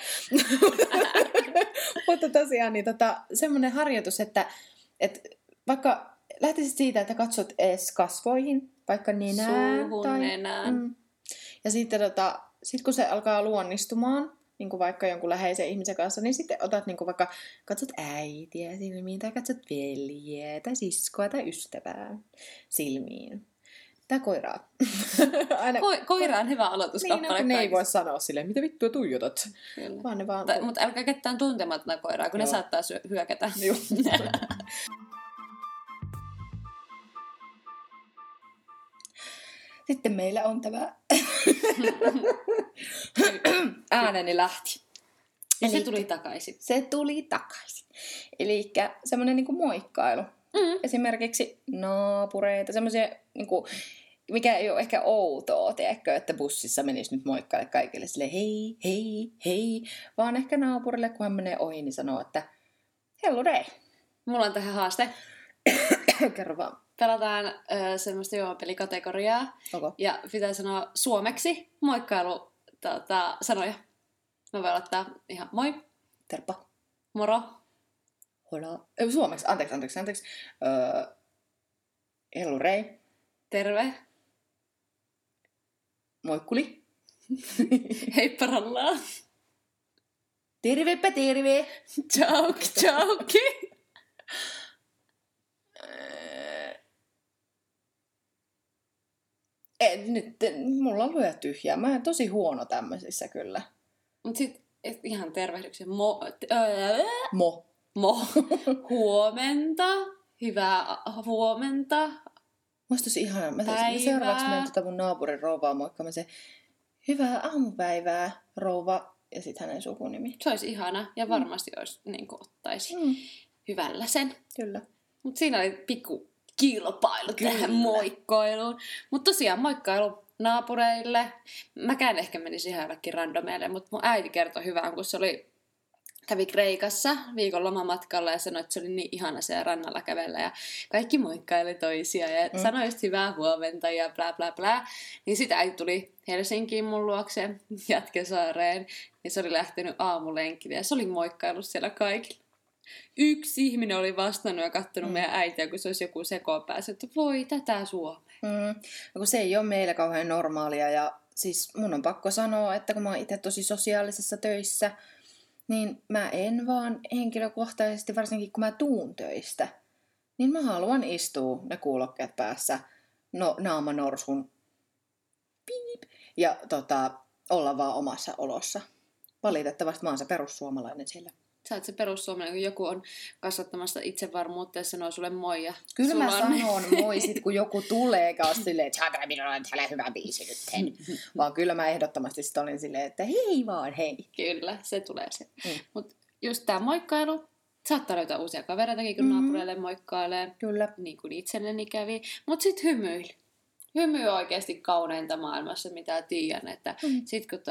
Mutta tosiaan niin semmoinen harjoitus, että vaikka lähtisit siitä, että katsot edes kasvoihin, vaikka nenään. Suuhun, nenään. Ja sitten sit kun se alkaa luonnistumaan, niin kuin vaikka jonkun läheisen ihmisen kanssa, niin sitten otat niin kuin vaikka katsot äitiä silmiin, tai katsot veljeä, tai siskoa, tai ystävää silmiin. Tai koiraa. Koira on hyvä aloituskappale. Niin, ne ei voi sanoa silleen, mitä vittua tuijotat. Vaan ne vaan... Mutta älkää ketään tuntematna koiraa, kun ne saattaa hyökätä. Sitten meillä on tämä ääneni lähti. Ja se tuli takaisin. Se tuli takaisin. Elikkä semmoinen niinku moikkailu. Esimerkiksi naapureita, semmoisia, niinku, mikä ei ole ehkä outoa, tiedätkö, että bussissa menisi nyt moikkaille kaikille silleen hei, hei, hei. Vaan ehkä naapurille, kun hän menee ohi, niin sanoo, että hello day. Mulla on tähän haaste. Kerro vaan. Pelataan semmoista juomapelikategoriaa. Ja pitää sanoa suomeksi moikkailu sanoja. Mä voin aloittaa ihan moi. Terppa. Moro. Hola. Suomeksi. Anteeksi. Hello rei. Terve. Moikkuli. Heippa rallaa. Tervepä terve. Chauki. Nyt mulla on lyö tyhjää. Mä oon tosi huono tämmöisissä kyllä. Mut sit ihan tervehdyksen. Mo. Huomenta. Hyvää huomenta. Musta tosi ihanaa. Mä seuraavaksi menen mun naapurin rouvaa moikkaamaan se hyvää aamupäivää, rouva, ja sitten hänen sukunimi. Se olisi ihana, ja varmasti olisi, niin kuin ottaisi hyvällä sen. Kyllä. Mutta siinä oli pikku kilpailu tähän moikkoiluun. Mutta tosiaan moikkailu naapureille. Mäkään ehkä menisin ihan jollekin randomeille, mutta mun äiti kertoi hyvään, kun se kävi Kreikassa viikon lomamatkalla ja sanoi, että se oli niin ihana siellä rannalla kävellä ja kaikki moikkaili toisia ja sanoi just hyvää huomenta ja bla bla bla. Niin sitä äiti tuli Helsinkiin mun luokse Jätkäsaareen ja se oli lähtenyt aamulenkille ja se oli moikkaillut siellä kaikille. Yksi ihminen oli vastannut ja katsonut meidän äitiä, kun se olisi joku sekopäässä, että voi tätä Suomea. No, kun se ei ole meillä kauhean normaalia ja siis mun on pakko sanoa, että kun mä oon itse tosi sosiaalisessa töissä, niin mä en vaan henkilökohtaisesti, varsinkin kun mä tuun töistä, niin mä haluan istua ne kuulokkeet päässä, naamanorsun, piip, ja olla vaan omassa olossa. Valitettavasti mä oon se perussuomalainen siellä. Sä oot se perussuomalainen, kun joku on kasvattamassa itsevarmuutta ja sanoo sulle moi. Ja kyllä mä sanon moi sit, kun joku tulee, eikä ole silleen, että täällä hyvä biisi nyt. Vaan kyllä mä ehdottomasti sit olin silleen, että hei vaan, hei. Kyllä, se tulee se. Mut just tää moikkailu, saattaa löytää uusia kavereitakin, kun naapureille moikkailee. Kyllä. Niin kuin itselleni kävi. Mut sit hymyili. Hymy on oikeasti kauneinta maailmassa, mitä tiedän. Että sit kun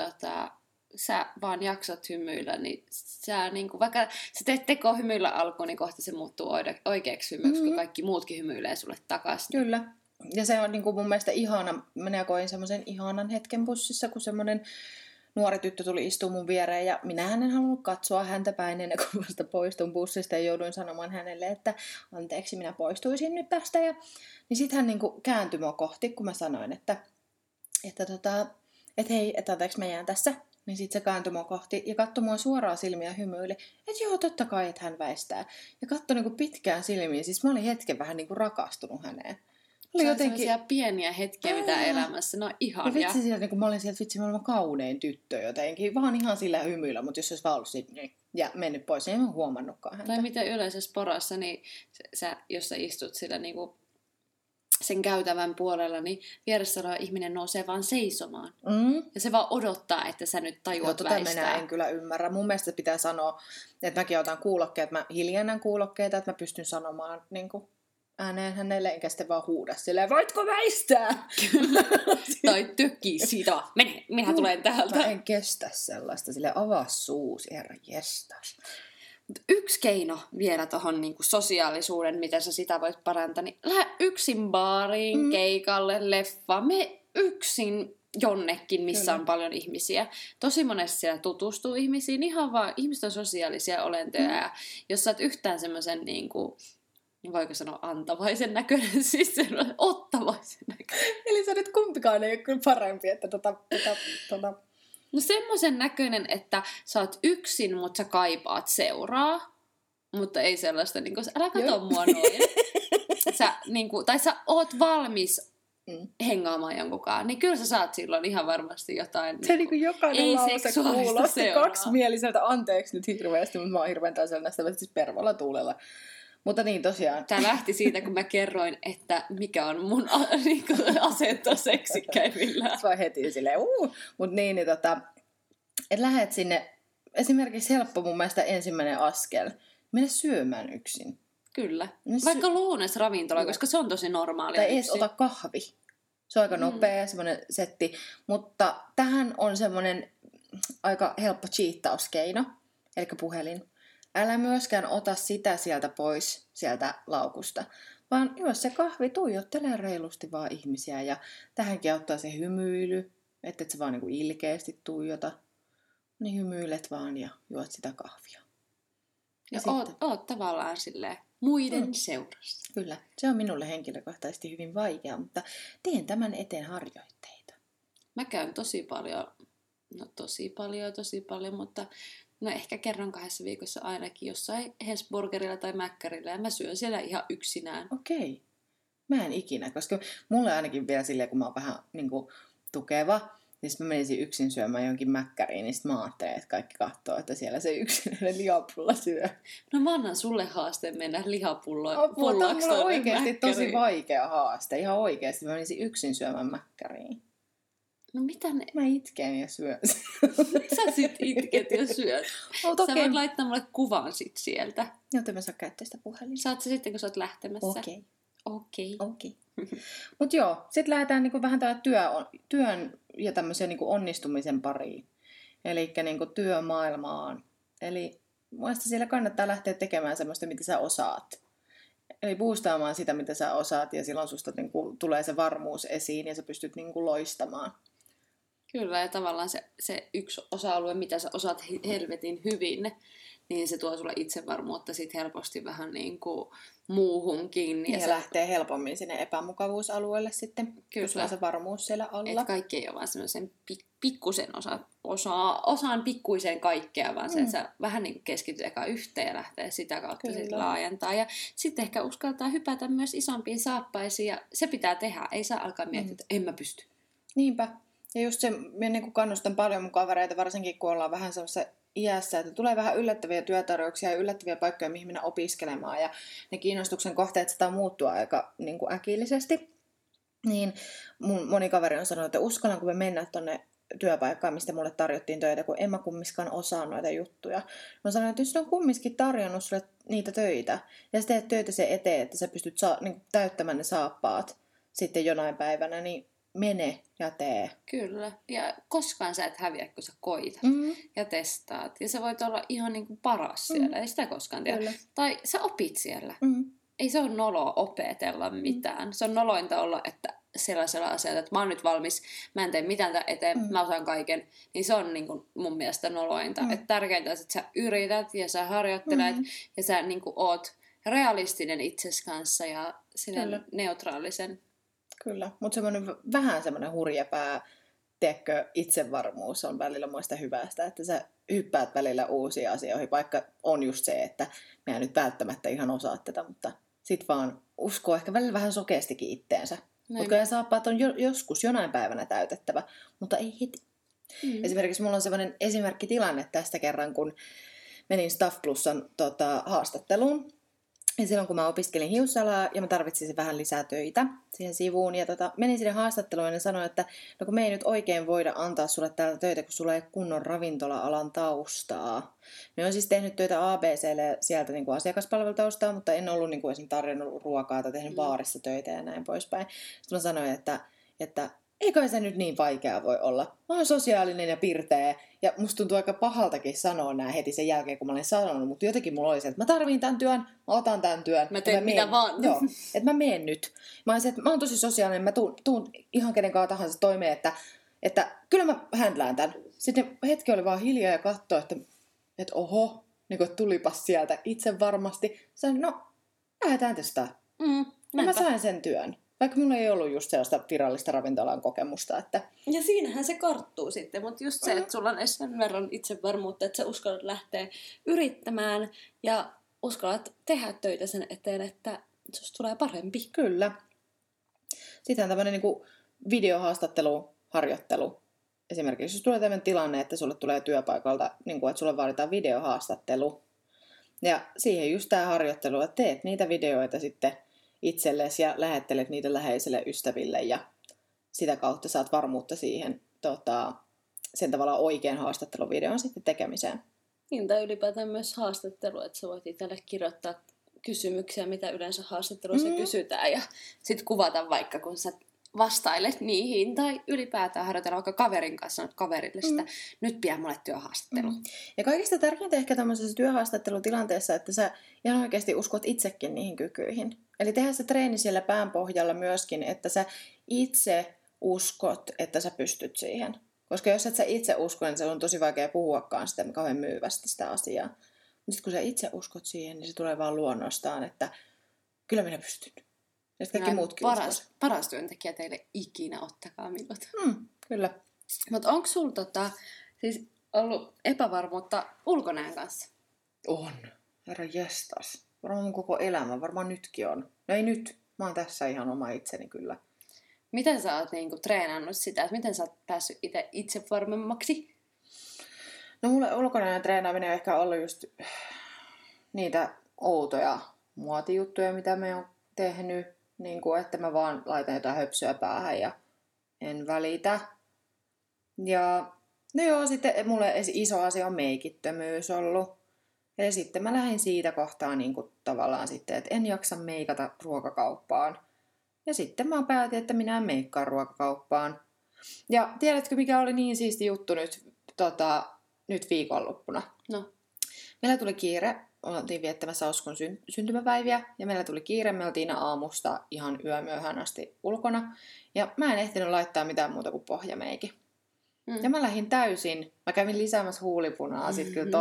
sä vaan jaksat hymyillä, niin sä niinku, vaikka sä teet teko hymyillä alkuun, niin kohta se muuttuu oikeaksi hymyksi, kun kaikki muutkin hymyilee sulle takaisin. Kyllä. Ja se on niinku mun mielestä ihana. Minä koin semmoisen ihanan hetken bussissa, kun semmoinen nuori tyttö tuli istua mun viereen ja minähän en halunnut katsoa häntä päin ennen kuin vasta poistun bussista ja jouduin sanomaan hänelle, että anteeksi, minä poistuisin nyt tästä. Niin sit hän niinku kääntyi mua kohti, kun mä sanoin, että hei, että anteeksi, mä jään tässä. Niin sit se kääntyi mua kohti ja katsoi mua suoraan silmiä ja hymyili, että joo, totta kai, että hän väistää. Ja katsoi niinku pitkään silmiin, siis mä olin hetken vähän niinku rakastunut häneen. Se on sellaisia pieniä hetkiä, mitä elämässä, ne on ihania. Ja vitsi sieltä, niin mä olin sieltä, vitsi, mä olin kaunein tyttö jotenkin, vaan ihan sillä hymyillä, mutta jos olisi vaan ollut siitä, ja mennyt pois, niin en ole huomannutkaan häntä. Tai miten yleensä sporassa, niin jos sä istut sillä niinku sen käytävän puolella, niin vieressä oleva ihminen nousee vaan seisomaan. Ja se vaan odottaa, että sä nyt tajuat väistää. Minä en kyllä ymmärrä. Mun mielestä pitää sanoa, että mäkin otan kuulokkeet, mä hiljennän kuulokkeita, että mä pystyn sanomaan niin kuin ääneen hänelle, enkä sitten vaan huuda silleen, voitko väistää? Tai tökki sitä. Mene, minä tulen täältä. Mä en kestä sellaista, silleen avaa suusi, herra jestas. Yksi keino vielä tuohon niinku sosiaalisuuden, miten sä sitä voit parantaa, niin lähde yksin baariin, keikalle, leffaan. Me yksin jonnekin, missä on paljon ihmisiä. Tosi monesti siellä tutustuu ihmisiin, ihan vaan ihmiset on sosiaalisia olentoja. Ja jos sä oot yhtään semmoisen, niinku, voiko sanoa antavaisen näköinen, siis ottavaisen näköinen. Eli sä nyt kumpikaan ei ole kyllä parempi, että No semmoisen näköinen, että sä oot yksin, mutta sä kaipaat seuraa. Mutta ei sellaista, niin kuin, älä kato mua noin. Tai sä oot valmis hengaamaan jonkunkaan. Niin kyllä sä saat silloin ihan varmasti jotain. Se niin kuin jokainen lause kuulosti kaksimieliseltä. Anteeksi nyt hirveästi, mutta mä oon hirveän taisella näistä siis pervolla tuulella. Mutta niin tosiaan. Tää lähti siitä, kun mä kerroin, että mikä on mun asento seksikkäimmillään. Se vai heti silleen, Mutta niin, että lähet sinne, esimerkiksi helppo mun mielestä ensimmäinen askel, mene syömään yksin. Kyllä. Vaikka lounasravintola, koska se on tosi normaalia. Tai edes ota kahvi. Se on aika nopea, semmoinen setti. Mutta tähän on semmoinen aika helppo cheattauskeino, eli puhelin. Älä myöskään ota sitä sieltä pois, sieltä laukusta, vaan juo se kahvi, tuijottele reilusti vaan ihmisiä. Ja tähänkin auttaa se hymyily, että et sä vaan niinku ilkeästi tuijota. Niin hymyilet vaan ja juot sitä kahvia. Ja oot tavallaan silleen muiden seurassa. Kyllä, se on minulle henkilökohtaisesti hyvin vaikea, mutta teen tämän eteen harjoitteita. Mä käyn tosi paljon, mutta no ehkä kerran 2 viikossa ainakin jossain Hesburgerilla tai Mäkkärillä ja mä syön siellä ihan yksinään. Okei. Mä en ikinä, koska mulle ainakin vielä silleen, kun mä oon vähän niin kuin tukeva, niin sitten mä menisin yksin syömään jonkin Mäkkäriin, niin sitten mä ajattelen, että kaikki katsoo, että siellä se yksinäinen lihapulla syö. No mä annan sulle haasteen mennä lihapullaksi. Tämä on mulle oikeasti tosi vaikea haaste. Ihan oikeasti mä menisin yksin syömään Mäkkäriin. No mitä ne? Mä itken ja syön. Sä sit itket ja syöt. Sä voit laittaa mulle kuvan sit sieltä. Joten mä saan käyttää sitä puhelinta. Saat sä sitten, kun sä oot lähtemässä. Okei. Mut joo, sit lähdetään niinku vähän täällä työn ja tämmöisen niinku onnistumisen pariin. Elikkä niinku työmaailmaan. Eli muista siellä kannattaa lähteä tekemään semmoista, mitä sä osaat. Eli boostaamaan sitä, mitä sä osaat, ja silloin susta niinku tulee se varmuus esiin, ja sä pystyt niinku loistamaan. Kyllä, ja tavallaan se yksi osa-alue, mitä sä osaat helvetin hyvin, niin se tuo sulle itsevarmuutta sit helposti vähän niin kuin muuhunkin. Ja se lähtee helpommin sinne epämukavuusalueelle sitten, kun sulla on se varmuus siellä alla. Että kaikki ei ole vaan semmoisen pikkusen osaan pikkuisen kaikkea, vaan se, että sä vähän niin kuin keskityt eka yhteen ja lähtee sitä kautta sitten laajentaa. Ja sitten ehkä uskaltaa hypätä myös isompiin saappaisiin, ja se pitää tehdä. Ei saa alkaa miettiä, että en mä pysty. Niinpä. Ja just se, minä niin kannustan paljon mun kavereita, varsinkin kun ollaan vähän semmoisessa iässä, että tulee vähän yllättäviä työtarjouksia ja yllättäviä paikkoja, mihin mennä opiskelemaan. Ja ne kiinnostuksen kohteet sitä muuttua aika niin kuin äkillisesti. Niin mun moni kaveri on sanonut, että uskallanko me mennä tonne työpaikkaan, mistä mulle tarjottiin töitä, kun en mä kummiskaan osaa noita juttuja. Mä sanoin, että jos ne on kumminkin tarjonnut sulle niitä töitä, ja sä teet töitä sen eteen, että sä pystyt niin täyttämään ne saappaat sitten jonain päivänä, niin mene ja tee. Kyllä. Ja koskaan sä et häviä, kun sä koitat ja testaat. Ja sä voit olla ihan niin kuin paras siellä. Ei sitä koskaan tiedä. Tai sä opit siellä. Ei se ole noloa opetella mitään. Se on nolointa olla, että sellaisella asialla, että mä oon nyt valmis, mä en tee mitään tämän eteen, mä osaan kaiken. Niin se on niin kuin mun mielestä nolointa. Että tärkeintä on, että sä yrität ja sä harjoittelet ja sä niin kuin oot realistinen itses kanssa ja neutraalisen. Kyllä, mutta vähän semmoinen hurjapää tiedätkö, itsevarmuus on välillä muista hyvästä, että sä hyppäät välillä uusiin asioihin, vaikka on just se, että mä en nyt välttämättä ihan osaa tätä, mutta sit vaan uskoo ehkä välillä vähän sokeastikin itteensä. Mutta kyllä saappaat on joskus jonain päivänä täytettävä, mutta ei heti. Esimerkiksi mulla on sellainen esimerkkitilanne tästä kerran, kun menin Staff Plusan haastatteluun. Ja silloin kun mä opiskelin hiusalaa ja mä tarvitsisin vähän lisää töitä siihen sivuun. Ja menin sinne haastatteluun ja ne sanoi, että no kun me ei nyt oikein voida antaa sulle täällä töitä, kun sulla ei kunnon ravintola-alan taustaa. Me on siis tehnyt töitä ABClle sieltä niin kuin asiakaspalvelutaustaa, mutta en ollut niin kuin esimerkiksi tarjonnut ruokaa tai tehnyt baarissa töitä ja näin poispäin. Sitten mä sanoin, että ei kai se nyt niin vaikeaa voi olla. Mä oon sosiaalinen ja pirteä ja musta tuntuu aika pahaltakin sanoa nää heti sen jälkeen, kun mä olin sanonut, mutta jotenkin mulla oli se, että mä tarviin tämän työn, mä otan tämän työn. Mä teen mitä vaan. Joo, että mä menen nyt. Mä olisin, että mä oon tosi sosiaalinen, mä tuun ihan kenen kanssa tahansa toimeen, että kyllä mä händlään tämän. Sitten hetki oli vaan hiljaa ja katsoi, että oho, niin kuin tulipas sieltä itse varmasti. Sanoin, no lähdetään testaa. Mä sain sen työn. Vaikka mulla ei ollut just sellaista virallista ravintolan kokemusta. Että... Ja siinähän se karttuu sitten, mutta just se, että sulla on sen verran itsevarmuutta, että sä uskallat lähteä yrittämään ja uskallat tehdä töitä sen eteen, että susta tulee parempi. Kyllä. Sitten on tämmöinen niin videohaastattelu, harjoittelu. Esimerkiksi jos tulee tämmöinen tilanne, että sulle tulee työpaikalta, niin kuin, että sulle vaaditaan videohaastattelu. Ja siihen just tämä harjoittelu, että teet niitä videoita sitten itsellesi ja lähettelet niitä läheisille ystäville ja sitä kautta saat varmuutta siihen sen tavallaan oikean haastatteluvideon sitten tekemiseen. Niin, tai ylipäätään myös haastattelu, että sä voit itselle kirjoittaa kysymyksiä, mitä yleensä haastattelussa kysytään ja sitten kuvata vaikka, kun sä vastailet niihin tai ylipäätään harjoitella vaikka kaverin kanssa, sanot kaverille sitä, nyt pian mulle työhaastattelu. Ja kaikista tärkeintä ehkä tämmöisessä työhaastattelutilanteessa, että sä ihan oikeasti uskot itsekin niihin kykyihin. Eli tehdä se treeni siellä pään pohjalla myöskin, että sä itse uskot, että sä pystyt siihen. Koska jos et sä itse usko, niin se on tosi vaikea puhuakaan sitä kauhean myyvästi sitä asiaa. Mutta sitten kun sä itse uskot siihen, niin se tulee vaan luonnostaan, että kyllä minä pystyn. Ja sitten kaikki muutkin paras työntekijä teille ikinä, ottakaa minut. Kyllä. Mutta onko sulla siis ollut epävarmuutta ulkonäön kanssa? On. Herra jestas. Varmaan mun koko elämä. Varmaan nytkin on. No ei nyt. Mä oon tässä ihan oma itseni kyllä. Miten sä oot niinku treenannut sitä? Että miten sä oot päässyt itse varmemmaksi? No mulle ulkonäön treenaaminen on ehkä ollut just niitä outoja muotijuttuja, mitä me on tehnyt. Niin kuin, että mä vaan laitan jotain höpsyä päähän ja en välitä. Ja no joo, sitten mulle iso asia on meikittömyys ollut. Ja sitten mä lähdin siitä kohtaa niin kuin tavallaan sitten, että en jaksa meikata ruokakauppaan. Ja sitten mä päätin, että minä en meikkaa ruokakauppaan. Ja tiedätkö, mikä oli niin siisti juttu nyt viikonloppuna? No. Meillä tuli kiire. Oltiin viettämässä Oskon syntymäpäiviä. Ja meillä tuli kiire. Me oltiin aamusta ihan yömyöhään asti ulkona. Ja mä en ehtinyt laittaa mitään muuta kuin pohjameikin. Ja mä lähdin täysin. Mä kävin lisäämässä huulipunaa sitten kyllä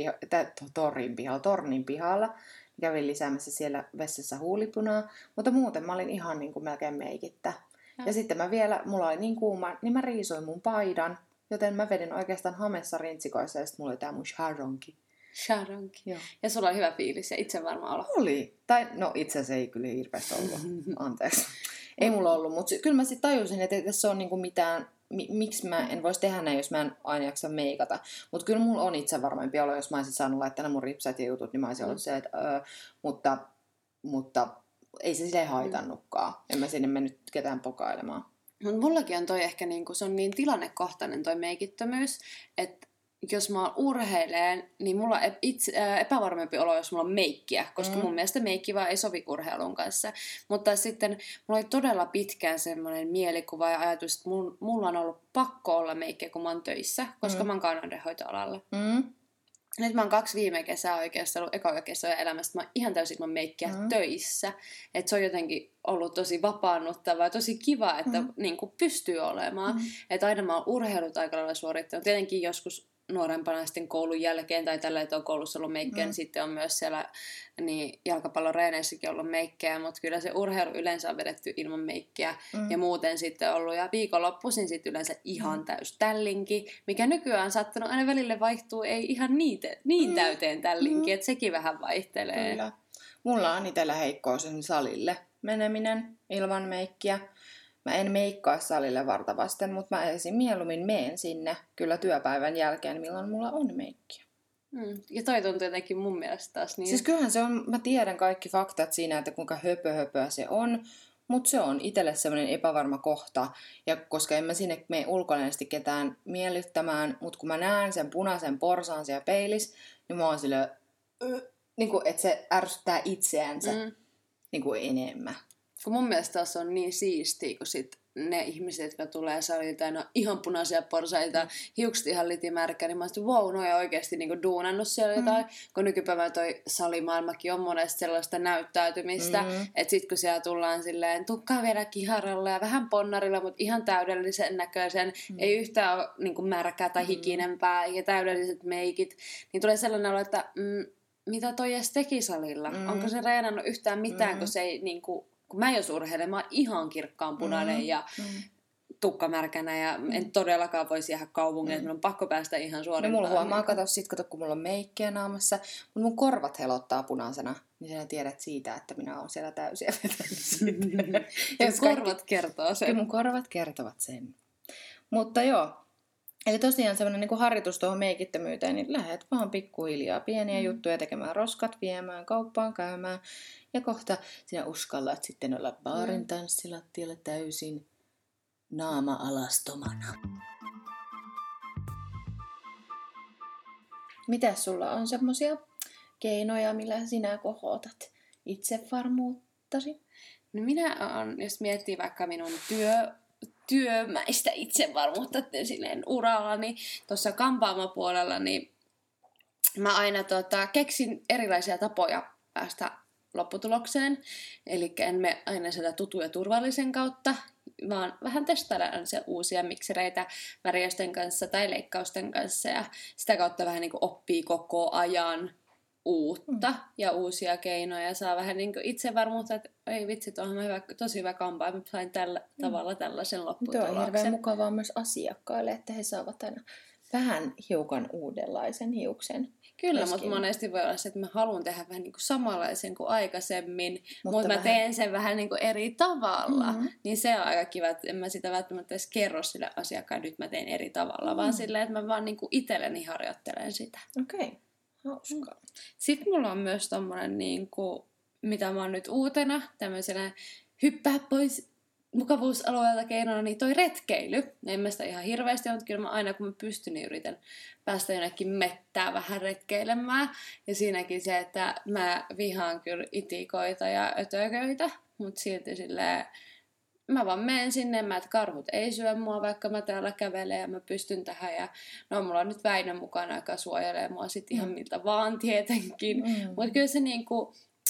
tornin pihalla. Kävin lisäämässä siellä vessassa huulipunaa. Mutta muuten mä olin ihan niin kuin melkein meikittä. Ja sitten mulla oli niin kuuma, niin mä riisuin mun paidan. Joten mä vedin oikeastaan hamessa rintsikoissa ja sitten mulla oli tää mun charonki. Joo. Ja sulla oli hyvä fiilis ja itse varmaan olo. Oli. Tai no itse asiassa ei kyllä hirveästi ollut. Anteeksi. Ei mulla ollut, mutta kyllä mä sitten tajusin, että tässä on niinku mitään, miksi mä en voisi tehdä näin, jos mä en aina jaksa meikata. Mutta kyllä mulla on itse varmempi olo, jos mä olisin saanut laittaa mun ripsat ja jutut, niin mä olisin ollut se, että mutta ei se silleen haitannutkaan. En mä sinne mennyt ketään pokailemaan. Mutta mullakin on toi ehkä niinku, se on niin tilannekohtainen toi meikittömyys, että jos mä urheilen, niin mulla on epävarmempi olo, jos mulla on meikkiä, koska mun mielestä meikki vaan ei sovi urheilun kanssa. Mutta sitten mulla oli todella pitkään semmoinen mielikuva ja ajatus, että mulla on ollut pakko olla meikkiä, kun mä oon töissä, koska mä oon kananrenhoitoalalla. Nyt mä oon 2 viime kesää oikeastaan ollut eka kesä elämästä. Mä oon ihan täysin ilman meikkiä töissä. Että se on jotenkin ollut tosi vapaannuttavaa ja tosi kiva, että niin kuin pystyy olemaan. Että aina mä oon urheilut aika lailla suorittanut. Tietenkin joskus nuorempana sitten koulun jälkeen tai tällä, että on koulussa ollut meikkejä, niin sitten on myös siellä niin jalkapalloreeneissäkin ollut meikkejä, mutta kyllä se urheilu yleensä on vedetty ilman meikkiä ja muuten sitten ollut. Ja viikonloppuisin sitten yleensä ihan täys tällinki, mikä nykyään on sattunut aina välille vaihtuu, ei ihan niin täyteen tällinki, että sekin vähän vaihtelee. Kyllä. Mulla on itsellä heikkous sen salille meneminen ilman meikkiä. Mä en meikkaa salille vartavasten, mutta mä esim. Mieluummin meen sinne kyllä työpäivän jälkeen, milloin mulla on meikkiä. Ja toi tuntuu jotenkin mun mielestä taas niin. Siis kyllähän se on, mä tiedän kaikki faktat siinä, että kuinka höpöä se on, mutta se on itselle semmoinen epävarma kohta. Ja koska en mä sinne mene ulkoisesti ketään miellyttämään, mutta kun mä näen sen punaisen porsaan siellä peilissä, niin mä oon silleen, niin kuin, että se ärsyttää itseänsä niin kuin enemmän. Kun mun mielestä taas on niin siistiä, kun sit ne ihmiset, jotka tulee salilta ja ne on ihan punaisia porsaita, hiukset ihan litimärkä, niin mä oon wow, no on oikeasti niinku duunannut siellä jotain. Kun nykypäivänä toi salimaailmakin on monesti sellaista näyttäytymistä, että sit kun siellä tullaan silleen tukkaa vielä kiharalla ja vähän ponnarilla, mutta ihan täydellisen näköisen, ei yhtään ole niinku märkää tai hikinen pää, eikä täydelliset meikit, niin tulee sellainen olo, että mitä toi edes teki salilla? Onko se reenannut yhtään mitään, kun se ei niinku... Kun mä jos urheilen, mä oon ihan kirkkaan punainen ja tukkamärkänä ja en todellakaan voisi jäädä kaupungille, että mun on pakko päästä ihan suorintaan. No mulla huomaa, kato, kun mulla on meikkiä naamassa, mutta mun korvat helottaa punaisena, niin sä tiedät siitä, että minä oon siellä täysiä vetänyt. Ja korvat kertoo sen. Kyllä mun korvat kertovat sen. Mutta joo, eli tosiaan semmoinen niin kuin harjoitus tuohon meikittömyyteen, niin lähdet vaan pikkuhiljaa pieniä juttuja tekemään, roskat viemään, kauppaan käymään. Ja kohta sinä uskallat sitten olla baarin tanssilattialla täysin naama-alastomana. Mitäs sulla on semmoisia keinoja, millä sinä kohotat itsevarmuuttasi? No minä on, jos miettii vaikka minun työmäistä itsevarmuutta silleen uralla, niin tuossa kampaamopuolella, niin mä aina keksin erilaisia tapoja päästä lopputulokseen. Eli en mene aina sitä tutun ja turvallisen kautta, vaan vähän testaillaan se uusia miksereitä värjäysten kanssa tai leikkausten kanssa. Ja sitä kautta vähän niin kuin oppii koko ajan uutta ja uusia keinoja. Saa vähän niin kuin itsevarmuutta, että ei vitsi, tuohon tosi hyvä kampaa. Mä sain tällä tavalla tällaisen lopputuloksen. Tuo on hirveän mukavaa myös asiakkaille, että he saavat aina vähän hiukan uudenlaisen hiuksen. Kyllä, mutta monesti voi olla se, että mä haluan tehdä vähän niin kuin samanlaisen kuin aikaisemmin, mutta mä teen sen vähän niin kuin eri tavalla. Niin se on aika kiva, että en mä sitä välttämättä edes kerro sille asiakkaalle, nyt mä teen eri tavalla, vaan silleen, että mä vaan niin kuin itselleni harjoittelen sitä. Okei, hauskaa. Sitten mulla on myös tommonen, niin kuin, mitä mä oon nyt uutena, tämmöisenä hyppää pois mukavuusalueelta keinona, niin toi retkeily. En mä sitä ihan hirveästi, mutta kyllä mä aina kun mä pystyn, niin yritän päästä jonnekin mettään vähän retkeilemään. Ja siinäkin se, että mä vihaan kyllä itikoita ja ötököitä, mutta silti silleen, mä vaan menen sinne, että karhut ei syö mua, vaikka mä täällä kävelen ja mä pystyn tähän. Ja no mulla on nyt Väinö mukana, joka suojelee mua sit ihan miltä vaan tietenkin. Mutta kyllä se niinku...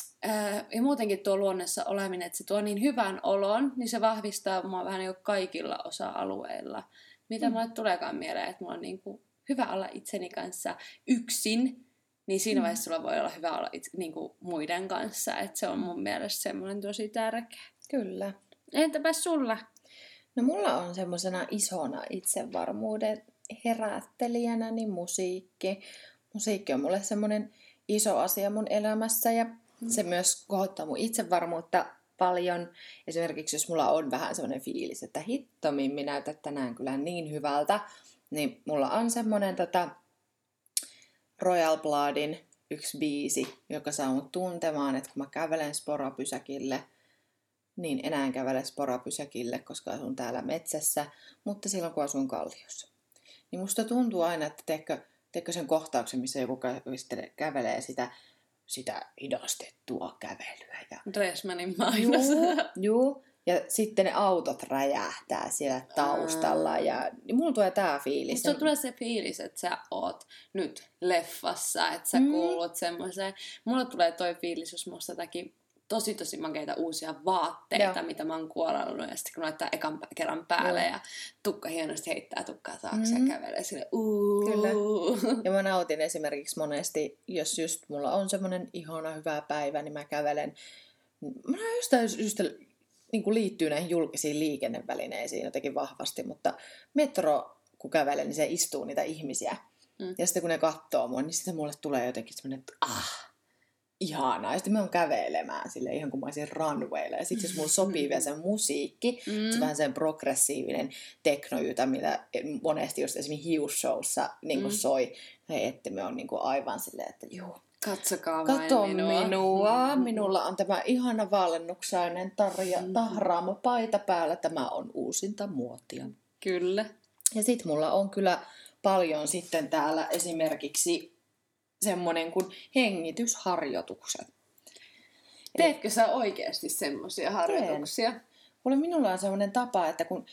ja muutenkin tuo luonnossa oleminen, että se tuo niin hyvän olon, niin se vahvistaa mua vähän niin kuin kaikilla osa-alueilla. Mitä mulle tuleekaan mieleen, että mulla on niin kuin hyvä olla itseni kanssa yksin, niin siinä vaiheessa sulla voi olla hyvä olla niin kuin muiden kanssa. Että se on mun mielestä semmoinen tosi tärkeä. Kyllä. Entäpä sulla? No mulla on semmoisena isona itsevarmuuden herättelijänä niin musiikki. Musiikki on mulle semmoinen iso asia mun elämässä ja se myös kohottaa mun itsevarmuutta paljon. Esimerkiksi jos mulla on vähän semmoinen fiilis, että hitto Mimmi, näytät tänään kyllä niin hyvältä, niin mulla on semmoinen Royal Bloodin yksi biisi, joka saa mut tuntemaan, että kun mä kävelen Sporapysäkille, niin enää en kävele Sporapysäkille, koska asun täällä metsässä, mutta silloin kun asun Kalliossa. Niin musta tuntuu aina, että teekö sen kohtauksen, missä joku kävelee sitä hidastettua kävelyä. Dressmanin maailmassa. Juu. Ja sitten ne autot räjähtää siellä taustalla. Ja niin mulla tulee tää fiilis. Musta tulee se fiilis, että sä oot nyt leffassa. Että sä kuulut semmoiseen. Mulla tulee toi fiilis, jos musta jotakin tosi makeita uusia vaatteita, mitä mä oon kuorannut. Ja sitten kun laittaa ekan kerran päälle ja tukka hienosti heittää tukkaa taakse ja kävelee sille Kyllä. Ja mä nautin esimerkiksi monesti, jos just mulla on semmoinen ihana hyvä päivä, niin mä kävelen. Mä jostain syystä niin kuin liittyy näihin julkisiin liikennevälineisiin jotenkin vahvasti, mutta metro, kun kävelen, niin se istuu niitä ihmisiä. Ja sitten kun ne katsoo mua, niin sitten mulle tulee jotenkin semmoinen, että ihanaa. Ja sitten mä oon kävelemään sille ihan kuin mä olisin runwaylla. Ja sitten jos mulla sopii vielä se musiikki, se vähän sen progressiivinen teknojytä, mitä monesti just esimerkiksi hiusshowssa niin soi. Hei, että me on niin kuin aivan silleen, että juu. Katsokaa Kato vain minua. Minulla on tämä ihana vaalennuksainen tahraamo paita päällä. Tämä on uusinta muotia. Kyllä. Ja sit mulla on kyllä paljon sitten täällä esimerkiksi semmoinen kuin hengitysharjoitukset. Teetkö sä oikeasti semmoisia harjoituksia? Minulla on semmoinen tapa, että kun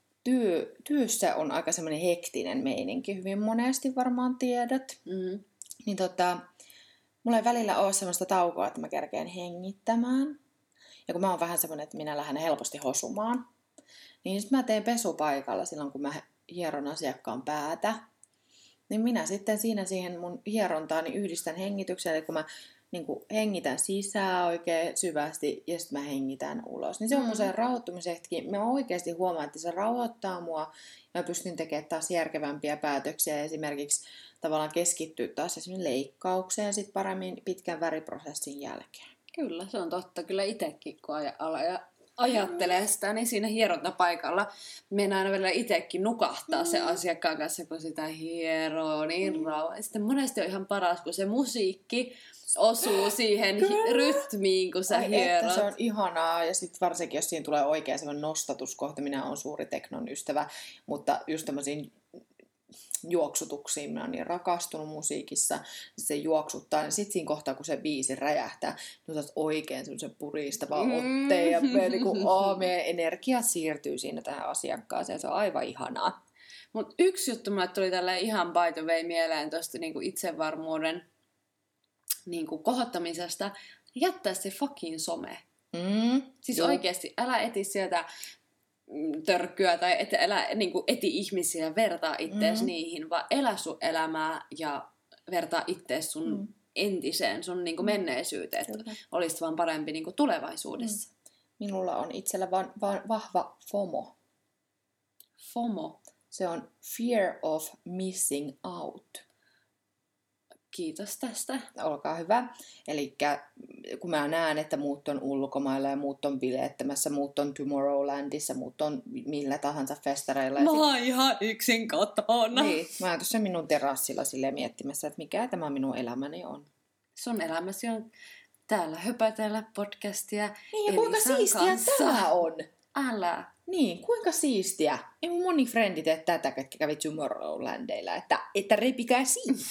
työssä on aika semmoinen hektinen meininki, hyvin monesti varmaan tiedät, niin mulla ei välillä ole semmoista taukoa, että mä kerkeen hengittämään. Ja kun mä oon vähän semmoinen, että minä lähden helposti hosumaan, niin sit mä teen pesupaikalla silloin, kun mä hieron asiakkaan päätä. Niin minä sitten siinä siihen mun hierontaani yhdistän hengityksen, eli kun mä niin kuin hengitän sisään oikein syvästi ja sitten mä hengitän ulos. Niin se on mun se rauhoittumishetki. Mä oikeasti huomaan, että se rauhoittaa mua ja mä pystyn tekemään taas järkevämpiä päätöksiä ja esimerkiksi tavallaan keskittyä taas esimerkiksi leikkaukseen sit paremmin pitkän väriprosessin jälkeen. Kyllä, se on totta. Kyllä itsekin, kun ajattelee sitä, niin siinä hierontapaikalla mennään aina välillä itsekin nukahtaa se asiakkaan kanssa, kun sitä hieroo niin rauhaa. Sitten monesti on ihan paras, kun se musiikki osuu siihen rytmiin, kun sä hierot. Se on ihanaa, ja sitten varsinkin, jos siinä tulee oikein semmoinen nostatuskohta, minä olen suuri teknon ystävä, mutta just tämmöisiin juoksutuksiin minä olen niin rakastunut musiikissa, se juoksuttaa, ja sitten siinä kohtaa, kun se biisi räjähtää, niin otat oikein semmoisen puristavan otteen, ja meidän energia siirtyy siinä tähän asiakkaaseen, se on aivan ihanaa. Mutta yksi juttu mulle tuli tällä ihan by the way mieleen tuosta niinku itsevarmuuden niinku kohottamisesta, jättää se fucking some. Siis oikeasti, älä eti sieltä törkkyä tai älä niinku eti ihmisiä ja vertaa ittees niihin, vaan elä sun elämää ja vertaa ittees sun entiseen, sun niinku menneisyyteen, että olisit vaan parempi niinku tulevaisuudessa. Minulla on itsellä vahva FOMO. FOMO? Se on Fear of Missing Out. Kiitos tästä. Olkaa hyvä. Eli kun mä näen, että muut on ulkomailla ja muut on bileettämässä, muut on Tomorrowlandissa, muut on millä tahansa festareilla. Mä oon ihan yksin kotona. Niin, mä oon tuossa minun terassilla silleen miettimässä, että mikä tämä minun elämäni on. Sun elämäsi on täällä höpötellä podcastia. Niin, ja kuinka siistiä tämä on? Älä. Niin, kuinka siistiä. Ei mun moni frendi tee tätä, ketkä kävi Tomorrowlandilla, että repikää siitä.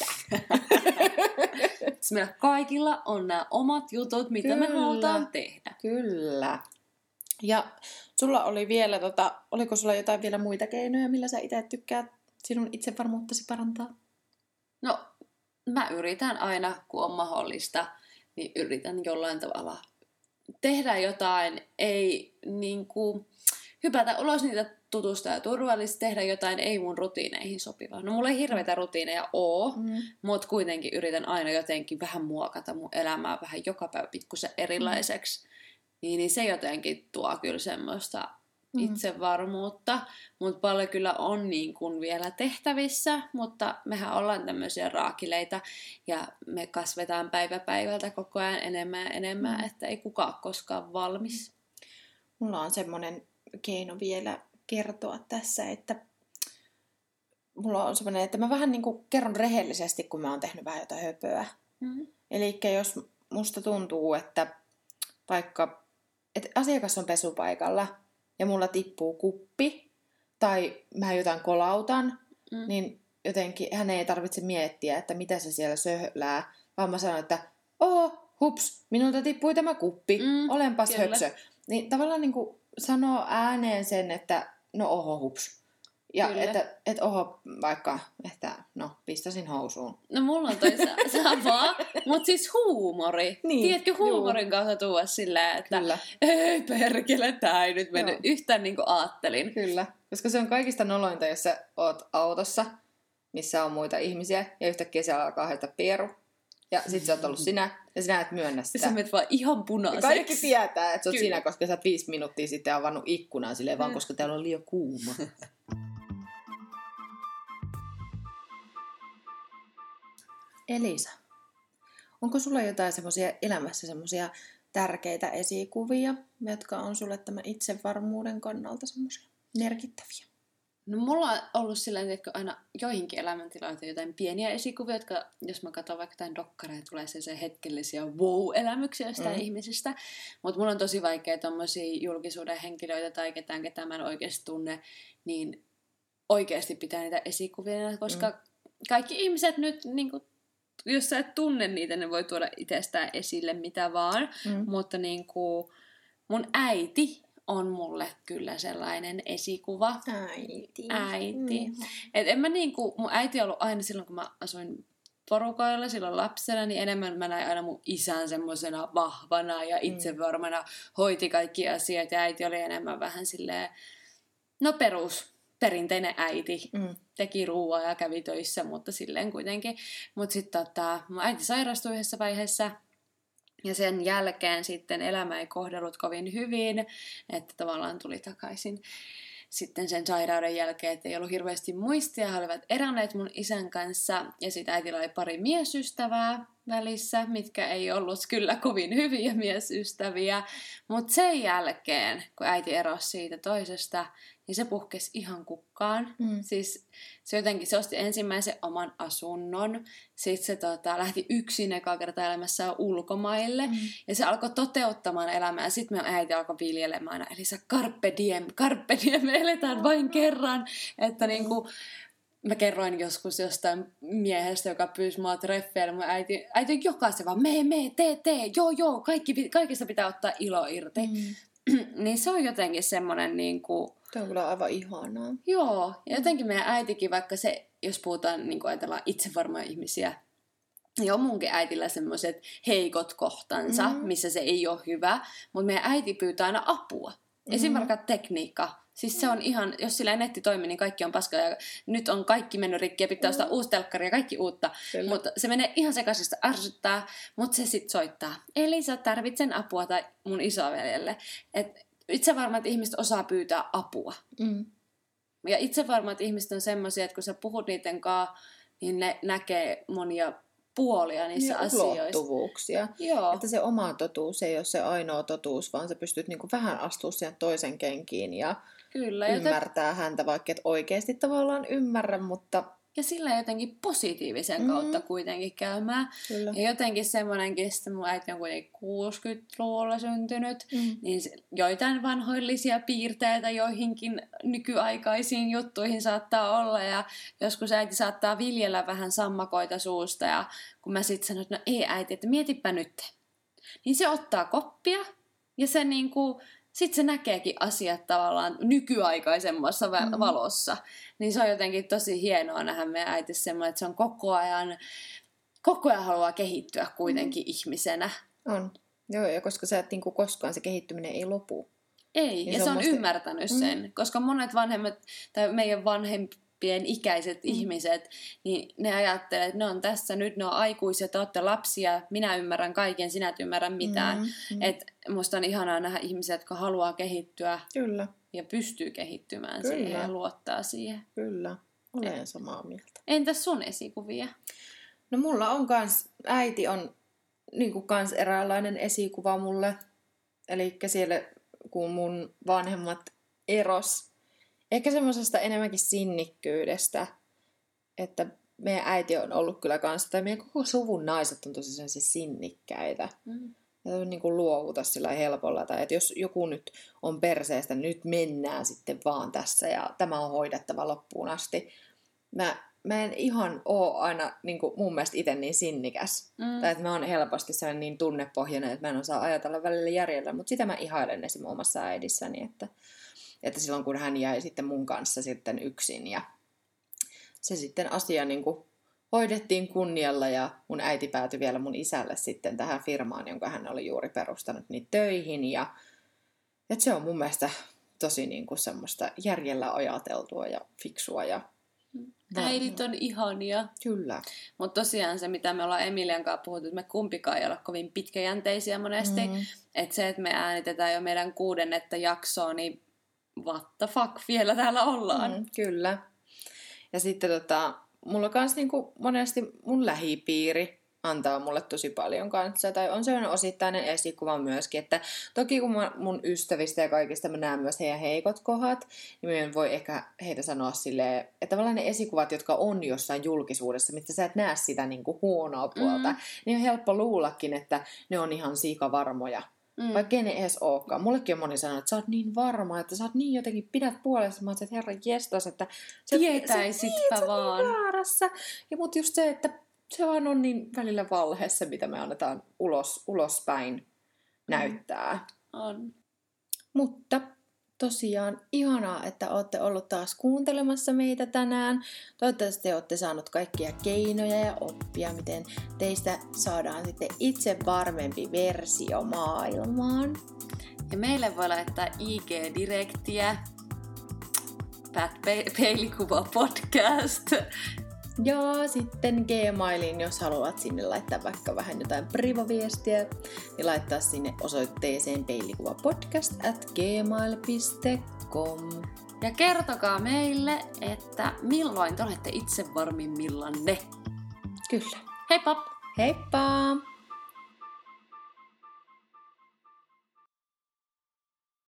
Meillä kaikilla on nämä omat jutut, mitä me halutaan tehdä. Kyllä. Ja sulla oli vielä, oliko sulla jotain vielä muita keinoja, millä sä itse tykkäät sinun itsevarmuuttasi parantaa? No, mä yritän aina, kun on mahdollista, niin yritän jollain tavalla tehdä jotain, ei niinku hypätä ulos niitä tutusta ja turvallisesti, tehdä jotain ei mun rutiineihin sopivaa. No mulla ei hirveitä rutiineja oo, mutta kuitenkin yritän aina jotenkin vähän muokata mun elämää vähän joka päivä pikkusen erilaiseksi. Niin se jotenkin tuo kyllä semmoista itsevarmuutta, mutta paljon kyllä on niin kuin vielä tehtävissä, mutta mehän ollaan tämmöisiä raakileita ja me kasvetaan päivä päivältä koko ajan enemmän ja enemmän, että ei kukaan ole koskaan valmis. Mulla on semmoinen keino vielä kertoa tässä, että mulla on semmoinen, että mä vähän niin kuin kerron rehellisesti, kun mä oon tehnyt vähän jotain höpöä. Eli jos musta tuntuu, että vaikka että asiakas on pesupaikalla ja mulla tippuu kuppi tai mä jotain kolautan, niin jotenkin hän ei tarvitse miettiä, että mitä se siellä söhlää, vaan mä sanon, että hups, minulta tippui tämä kuppi, olenpas höpsö. Niin tavallaan niin kuin sanoo ääneen sen, että no oho hups. Ja että oho vaikka, että no pistäsin housuun. No mulla on toi sama. Mutta siis huumori. Niin, Tiedätkö huumorin kautta tuoda silleen, että Kyllä. ei perkele, tää ei nyt mennyt Joo. yhtään niin kuin ajattelin. Kyllä, koska se on kaikista nolointa, jos sä oot autossa, missä on muita ihmisiä, ja yhtäkkiä siellä alkaa heitä pieru. Ja sit sä oot ollut sinä, ja sinä et myönnä Ja sitä. sä menet vaan ihan Ja punaiseksi. kaikki tietää, että sä oot Kyllä. sinä, koska sä oot 5 minuuttia sitten avannut ikkunan silleen, vaan koska täällä on liian kuuma. Elisa, onko sulla jotain semmoisia elämässä semmoisia tärkeitä esikuvia, jotka on sulle tämän itsevarmuuden kannalta semmoisia merkittäviä? No mulla on ollut sillä tavalla, aina joihinkin elämäntilanteisiin jotain pieniä esikuvia, jotka, jos mä katson vaikka jotain dokkareja, tulee se hetkellisiä wow-elämyksiä jostain ihmisistä. Mutta mulla on tosi vaikea tommosia julkisuuden henkilöitä tai ketä mä en oikeasti tunne, niin oikeasti pitää niitä esikuvia, koska kaikki ihmiset nyt, niin kun, jos sä et tunne niitä, ne voi tuoda itsestään esille mitä vaan. Mutta niin kun, mun äiti on mulle kyllä sellainen esikuva. Äiti. Et en mä niinku, mun äiti on ollut aina silloin, kun mä asuin porukoilla silloin lapsena, niin enemmän mä näin aina mun isän semmosena vahvana ja itsevarmana hoiti kaikki asiat. Ja äiti oli enemmän vähän silleen, no perinteinen äiti. Teki ruoaa ja kävi töissä, mutta silleen kuitenkin. Mutta sitten mun äiti sairastui yhdessä vaiheessa. Ja sen jälkeen sitten elämä ei kohdellut kovin hyvin, että tavallaan tuli takaisin sitten sen sairauden jälkeen, että ei ollut hirveästi muistia. He olivat eränneet mun isän kanssa ja sitten äitillä oli pari miesystävää välissä, mitkä ei ollut kyllä kovin hyviä miesystäviä. Mutta sen jälkeen, kun äiti erosi siitä toisesta, niin se puhkesi ihan kukkaan. Siis se osti ensimmäisen oman asunnon. Sitten se lähti yksin ekaa kertaa elämässään ulkomaille. Ja se alkoi toteuttamaan elämää. Sitten me äiti alkoi viljelemään. Eli se carpe diem, me eletään vain kerran. Että niinku, mä kerroin joskus jostain miehestä, joka pyysi mua treffeille. Mun äiti on jokaisen vaan, tee, joo, kaikesta pitää ottaa ilo irti. Niin se on jotenkin semmoinen niinku... Tämä on kyllä aivan ihanaa. Joo, ja jotenkin meidän äitikin, vaikka se, jos puhutaan, niin kuin ajatellaan itsevarmoja ihmisiä, niin on munkin äitillä semmoiset heikot kohtansa, missä se ei ole hyvä, mutta meidän äiti pyytää aina apua. Esimerkiksi tekniikka. Siis se on ihan, jos sillä netti toimii, niin kaikki on paskaa ja nyt on kaikki mennyt rikki ja pitää ostaa uusi telkkari ja kaikki uutta. Mutta se menee ihan sekaisesta, ärsyttää, mutta se sitten soittaa. Elisa, tarvitsen apua tai mun isoveljelle. Että itsevarmat ihmiset osaa pyytää apua. Ja itsevarmat ihmiset on semmoisia, että kun sä puhut niiden kanssa, niin ne näkee monia puolia niissä asioissa. Ulottuvuuksia. Joo. Että se oma totuus ei ole se ainoa totuus, vaan sä pystyt niinku vähän astua siihen toisen kenkiin ja Kyllä, ymmärtää häntä, vaikka et oikeasti tavallaan ymmärrä, mutta... Ja sillä jotenkin positiivisen kautta kuitenkin käymään. Kyllä. Ja jotenkin semmoinenkin, että mun äiti on kuitenkin 60-luvulla syntynyt, niin joitain vanhoillisia piirteitä joihinkin nykyaikaisiin juttuihin saattaa olla. Ja joskus äiti saattaa viljellä vähän sammakoita suusta. Ja kun mä sitten sanon, että no ei äiti, että mietipä nyt. Niin se ottaa koppia ja se niinku... Sitten se näkeekin asiat tavallaan nykyaikaisemmassa valossa. Niin se on jotenkin tosi hienoa nähdä meidän äiti semmoinen, että se on koko ajan haluaa kehittyä kuitenkin ihmisenä. On. Joo, ja koska sä et niinku koskaan se kehittyminen ei lopu. Ei, niin ja se on ymmärtänyt sen. Koska monet vanhemmat, tai meidän vanhempien ikäiset ihmiset, niin ne ajattelee, että ne on tässä nyt, ne on aikuisia, te olette lapsia, minä ymmärrän kaiken, sinä et ymmärrä mitään. Että musta on ihanaa nähdä ihmisiä, jotka haluaa kehittyä. Kyllä. Ja pystyy kehittymään siihen ja luottaa siihen. Kyllä, olen samaa mieltä. Entäs sun esikuvia? No mulla on kans, äiti on niinku kans eräänlainen esikuva mulle. Elikkä siellä, kun mun vanhemmat eros, ehkä semmoisesta enemmänkin sinnikkyydestä, että meidän äiti on ollut kyllä kanssa, tai meidän koko suvun naiset on tosi sellaisia sinnikkäitä. Ja niin kuin luovuta sillä helpolla, tai että jos joku nyt on perseestä, niin nyt mennään sitten vaan tässä, ja tämä on hoidettava loppuun asti. Mä en ihan ole aina niin kuin mun mielestä itse niin sinnikäs. Tai että mä oon helposti sellainen niin tunnepohjainen, että mä en osaa ajatella välillä järjellä, mutta sitä mä ihailen esimerkiksi omassa äidissäni, että silloin kun hän jäi sitten mun kanssa sitten yksin, ja se sitten asia niin kuin hoidettiin kunnialla ja mun äiti päätyi vielä mun isälle sitten tähän firmaan, jonka hän oli juuri perustanut niin töihin. Ja että se on mun mielestä tosi niin kuin semmoista järjellä ajateltua ja fiksua ja äidit on ihania. Kyllä. Mutta tosiaan se, mitä me ollaan Emilian kanssa puhuttu, että me kumpikaan ei olla kovin pitkäjänteisiä monesti. Että se, että me äänitetään jo meidän 6. jaksoa, niin what the fuck, vielä täällä ollaan. Kyllä. Ja sitten mulla kans niinku monesti mun lähipiiri antaa mulle tosi paljon kanssa. Tai on sellainen osittainen esikuva myöskin, että toki kun mun ystävistä ja kaikista mä näen myös heidän heikot kohdat, niin mä voi ehkä heitä sanoa silleen, että tavallaan ne esikuvat, jotka on jossain julkisuudessa, mistä sä et näe sitä niinku huonoa puolta, niin on helppo luullakin, että ne on ihan siikavarmoja. Vaikka ei ne edes olekaan. Mullekin on moni sanonut, että sä oot niin varma, että sä oot niin jotenkin pidät puolesta. Mä oon, että herran jestas, että tietäisitpä vaan. Niin väärässä. Ja mut just se, että se vaan on niin välillä valheessa, mitä me annetaan ulospäin näyttää. On. Mutta tosiaan ihanaa, että olette ollut taas kuuntelemassa meitä tänään. Toivottavasti te olette saanut kaikkia keinoja ja oppia, miten teistä saadaan sitten itse varmempi versio maailmaan. Ja meille voi laittaa IG-direktiä, Peilikuva podcast. Ja sitten Gmailin, jos haluat sinne laittaa vaikka vähän jotain privaviestiä, niin laittaa sinne osoitteeseen peilikuvapodcast@gmail.com. Ja kertokaa meille, että milloin te olette itse varmimmillanne. Kyllä. Heippa! Heippa!